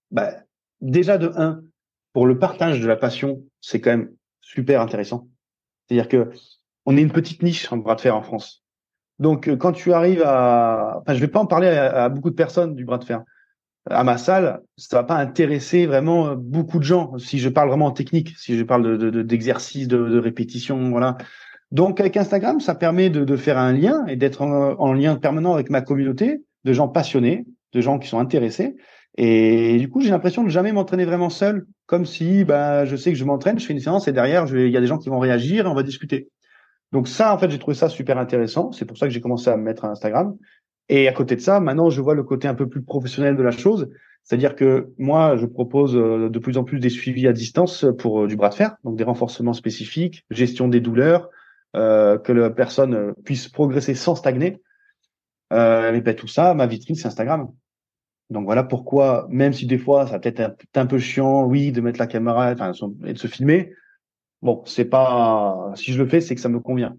bah, déjà de un, pour le partage de la passion, c'est quand même super intéressant. C'est-à-dire que on est une petite niche en bras de fer en France. Donc, euh, quand tu arrives à, enfin, je vais pas en parler à, à beaucoup de personnes du bras de fer. À ma salle, ça va pas intéresser vraiment euh, beaucoup de gens. Si je parle vraiment en technique, si je parle de, de, de- d'exercice, de, de répétition, voilà. Donc, avec Instagram, ça permet de, de faire un lien et d'être en, en lien permanent avec ma communauté de gens passionnés, de gens qui sont intéressés. Et du coup, j'ai l'impression de jamais m'entraîner vraiment seul, comme si, bah, je sais que je m'entraîne, je fais une séance et derrière, je vais- il y a des gens qui vont réagir et on va discuter. Donc ça, en fait, j'ai trouvé ça super intéressant. C'est pour ça que j'ai commencé à me mettre à Instagram. Et à côté de ça, maintenant, je vois le côté un peu plus professionnel de la chose. C'est-à-dire que moi, je propose euh, de plus en plus des suivis à distance pour euh, du bras de fer, donc des renforcements spécifiques, gestion des douleurs, euh, que la personne euh, puisse progresser sans stagner. Euh, et ben, tout ça, ma vitrine, c'est Instagram. Donc voilà pourquoi, même si des fois, ça va peut-être être un, un peu chiant, oui, de mettre la caméra, enfin, et de se filmer. Bon, c'est pas, si je le fais, c'est que ça me convient.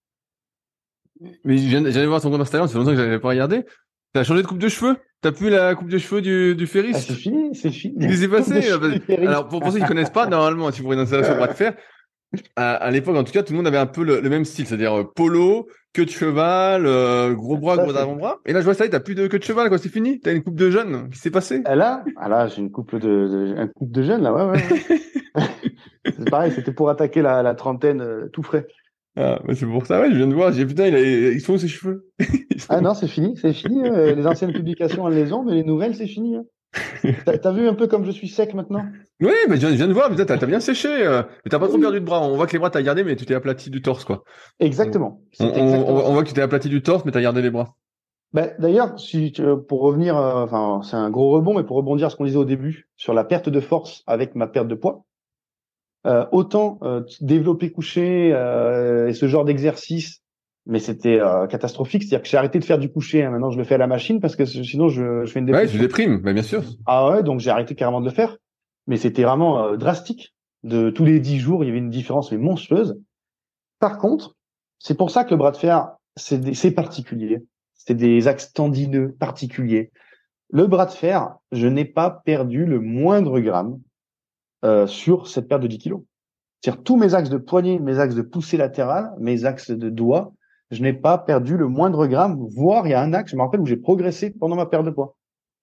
Mais je viens, de- je viens de voir ton compte Instagram, ça fait longtemps que j'avais pas regardé. T'as changé de coupe de cheveux? T'as plus la coupe de cheveux du, du Ah, c'est ferriste? fini, c'est fini. Qu'est-ce qui s'est Coupe de passé? Euh, cheveux parce- du ferry. Alors, pour, pour ceux qui connaissent pas, normalement, si vous voulez une installation au bras de fer, à, à l'époque, en tout cas, tout le monde avait un peu le, le même style, c'est-à-dire euh, polo, queue de cheval, euh, gros bras, Ça, gros c'est. avant-bras. Et là, je vois ça, y est, t'as plus de queue de cheval, quoi, c'est fini. T'as une coupe de jeune. Qu'est-ce qui s'est passé? Ah là, ah là, j'ai une couple de, de- un couple de jeunes là, ouais, ouais, ouais. C'est pareil, c'était pour attaquer la, la trentaine euh, tout frais. Ah, bah, c'est pour ça, ouais, je viens de voir, j'ai dit, putain, il a, ils sont où ses cheveux? Ils Ah sont non, c'est fini, c'est fini. euh, les anciennes publications, elles les ont, mais les nouvelles, c'est fini. Hein. T'as, t'as vu un peu comme je suis sec maintenant? Oui, mais je viens, je viens de voir, putain, t'as t'as bien séché. Euh, mais t'as pas Eh trop perdu oui, de bras. On voit que les bras, t'as gardé, mais tu t'es aplati du torse, quoi. On, exactement. on, C'est on, exactement on ça. voit que tu t'es aplati du torse, mais t'as gardé les bras. Ben, d'ailleurs, si tu- pour revenir, euh, enfin, c'est un gros rebond, mais pour rebondir à ce qu'on disait au début sur la perte de force avec ma perte de poids, euh, autant euh, développer couché euh, et ce genre d'exercice, mais c'était euh, catastrophique. C'est-à-dire que j'ai arrêté de faire du couché. Hein. Maintenant, je le fais à la machine parce que sinon, je, je fais une Ouais, tu dépression. déprimes, bah, bien sûr. Ah ouais, donc j'ai arrêté carrément de le faire. Mais c'était vraiment euh, drastique. De tous les dix jours, il y avait une différence mais monstrueuse. Par contre, c'est pour ça que le bras de fer, c'est des- c'est particulier. C'est des axes tendineux particuliers. Le bras de fer, je n'ai pas perdu le moindre gramme euh, sur cette perte de dix kilos. C'est-à-dire tous mes axes de poignet, mes axes de poussée latérale, mes axes de doigts, je n'ai pas perdu le moindre gramme, voire il y a un axe, je me rappelle, où j'ai progressé pendant ma perte de poids.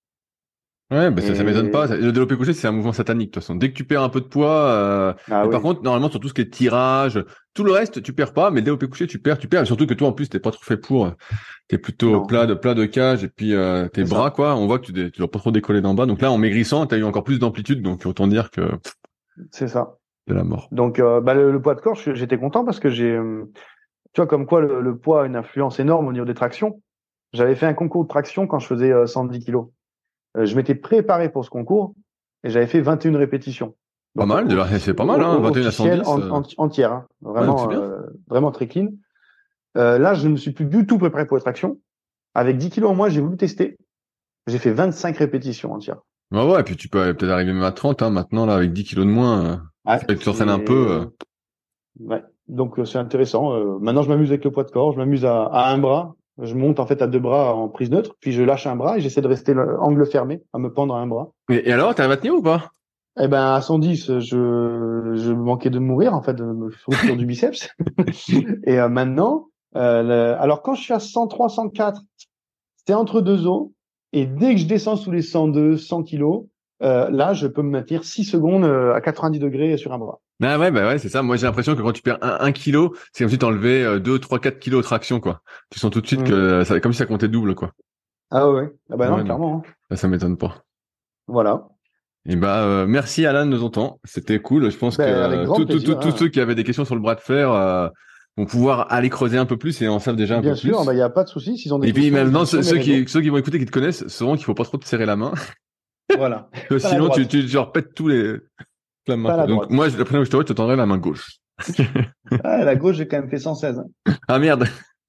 Ouais, bah, ça, ça m'étonne pas. Et Le développé couché, c'est un mouvement satanique, de toute façon. Dès que tu perds un peu de poids, euh... ah mais par oui, contre, normalement, sur tout ce qui est tirage, tout le reste, tu perds pas, mais le développé couché, tu perds, tu perds. Et surtout que toi, en plus, t'es pas trop fait pour. T'es plutôt non, plat de, plat de cage, et puis, euh, tes c'est bras, ça, quoi, on voit que tu, dé- tu dois pas trop décoller d'en bas. Donc là, en maigrissant, t'as eu encore plus d'amplitude, donc autant dire que pff, c'est ça. c'est la mort. Donc euh, bah, le, le poids de corps, je- j'étais content parce que j'ai, euh, tu vois, comme quoi le, le poids a une influence énorme au niveau des tractions. J'avais fait un concours de traction quand je faisais euh, cent dix kilos. Euh, je m'étais préparé pour ce concours et j'avais fait vingt et une répétitions. Pas Donc mal, déjà, offici- c'est pas mal, o- hein, o- vingt et un à officielle, cent dix. en, Euh... en- entière, hein. Ouais, donc c'est Vraiment, bien. euh, vraiment très clean. Euh, là, je ne me suis plus du tout préparé pour les tractions. Avec dix kilos en moins, j'ai voulu tester. J'ai fait vingt-cinq répétitions entières. Ouais, ouais, et puis tu peux peut-être arriver même à trente, hein, maintenant, là, avec dix kilos de moins, euh, Ouais, fallait que tu t'entraînes un peu. c'est euh. ouais. Donc euh, c'est intéressant. Euh, maintenant, je m'amuse avec le poids de corps. Je m'amuse à, à un bras. Je monte en fait à deux bras en prise neutre, puis je lâche un bras et j'essaie de rester le, angle fermé, à me pendre à un bras. Et, et alors, t'arrives à tenir ou pas? Eh ben à cent dix, je je manquais de mourir en fait, de me rupture du biceps. Et euh, maintenant, euh, le- alors quand je suis à cent trois, cent quatre, c'est entre deux os. Et dès que je descends sous les cent deux, cent kilos, euh, là, je peux me maintenir six secondes euh, à quatre-vingt-dix degrés sur un bras. Ah ouais, bah ouais, c'est ça. Moi, j'ai l'impression que quand tu perds un, un kilo, c'est comme si t'enlevais euh, deux, trois, quatre kilos de traction, quoi. Tu sens tout de suite Mhm. que ça, comme si ça comptait double, quoi. Ah ouais. Ah bah non, Ouais, donc, clairement. Hein. ça, ça m'étonne pas. Voilà. Et bah, euh, merci Alan de ton temps. C'était cool. Je pense que Ben, avec euh, grand tout- tout- tout- plaisir. tous ceux Hein. qui avaient des questions sur le bras de fer euh, vont pouvoir aller creuser un peu plus et en savent déjà un Bien peu sûr, plus. il n'y a pas de souci. S'ils ont des Et puis questions, je maintenant, suis ceux, sur mes ceux qui, réseaux. ceux qui vont écouter, qui te connaissent, sauront qu'il faut pas trop te serrer la main. Voilà. Que Pas la sinon, tu, droite. tu genre pètes tous les la main, Pas quoi. la Donc droite. moi, je- la première fois que je te vois, je te tendrai la main gauche. Ah, la gauche, j'ai quand même fait cent seize. Hein. Ah merde.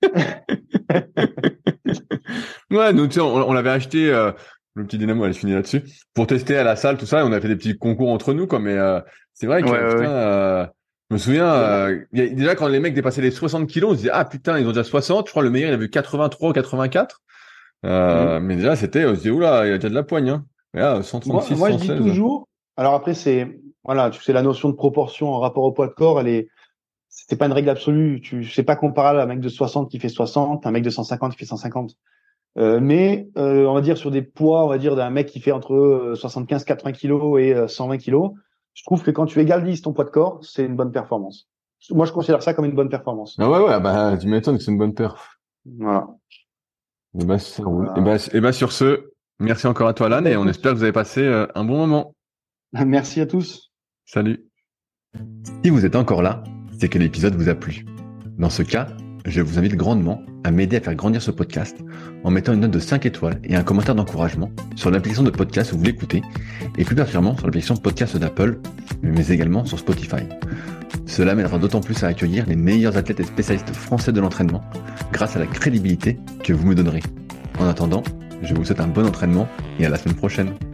Ouais, nous, tu sais, on, on l'avait acheté, euh, le petit dynamo, elle finit là-dessus, pour tester à la salle, tout ça, et on a fait des petits concours entre nous, quoi, mais euh, c'est vrai que, Ouais, ouais, putain, ouais. euh, je me souviens, Il y en a- euh, il y a- déjà, quand les mecs dépassaient les soixante kilos, on se disait, ah putain, ils ont déjà soixante, je crois, le meilleur, il avait eu quatre-vingt-trois ou quatre-vingt-quatre, euh, Mhm. mais déjà, c'était, on se dit, oula, il y a déjà de la poigne, hein. Ah, Moi, cent trente-six, moi, je dis cent seize. toujours. Alors après, c'est voilà, tu sais, la notion de proportion en rapport au poids de corps, elle est, c'est pas une règle absolue. Tu, c'est pas comparable à un mec de soixante qui fait soixante, un mec de cent cinquante qui fait cent cinquante. Euh, mais euh, on va dire sur des poids, on va dire d'un mec qui fait entre euh, soixante-quinze, quatre-vingts kilos et euh, cent vingt kilos. Je trouve que quand tu égalises ton poids de corps, c'est une bonne performance. Moi, je considère ça comme une bonne performance. Ah ouais, ouais, bah, tu m'étonnes que c'est une bonne perf. Voilà. Et bah, ça roule. Et Voilà. bah, et bah, sur ce, merci encore à toi, Eh Alan, ben, et on écoute, espère que vous avez passé euh, un bon moment. merci à tous. Salut. Si vous êtes encore là, c'est que l'épisode vous a plu. Dans ce cas, je vous invite grandement à m'aider à faire grandir ce podcast en mettant une note de cinq étoiles et un commentaire d'encouragement sur l'application de podcast où vous l'écoutez, et plus particulièrement sur l'application podcast d'Apple, mais également sur Spotify. Cela m'aidera d'autant plus à accueillir les meilleurs athlètes et spécialistes français de l'entraînement grâce à la crédibilité que vous me donnerez. En attendant, je vous souhaite un bon entraînement et à la semaine prochaine.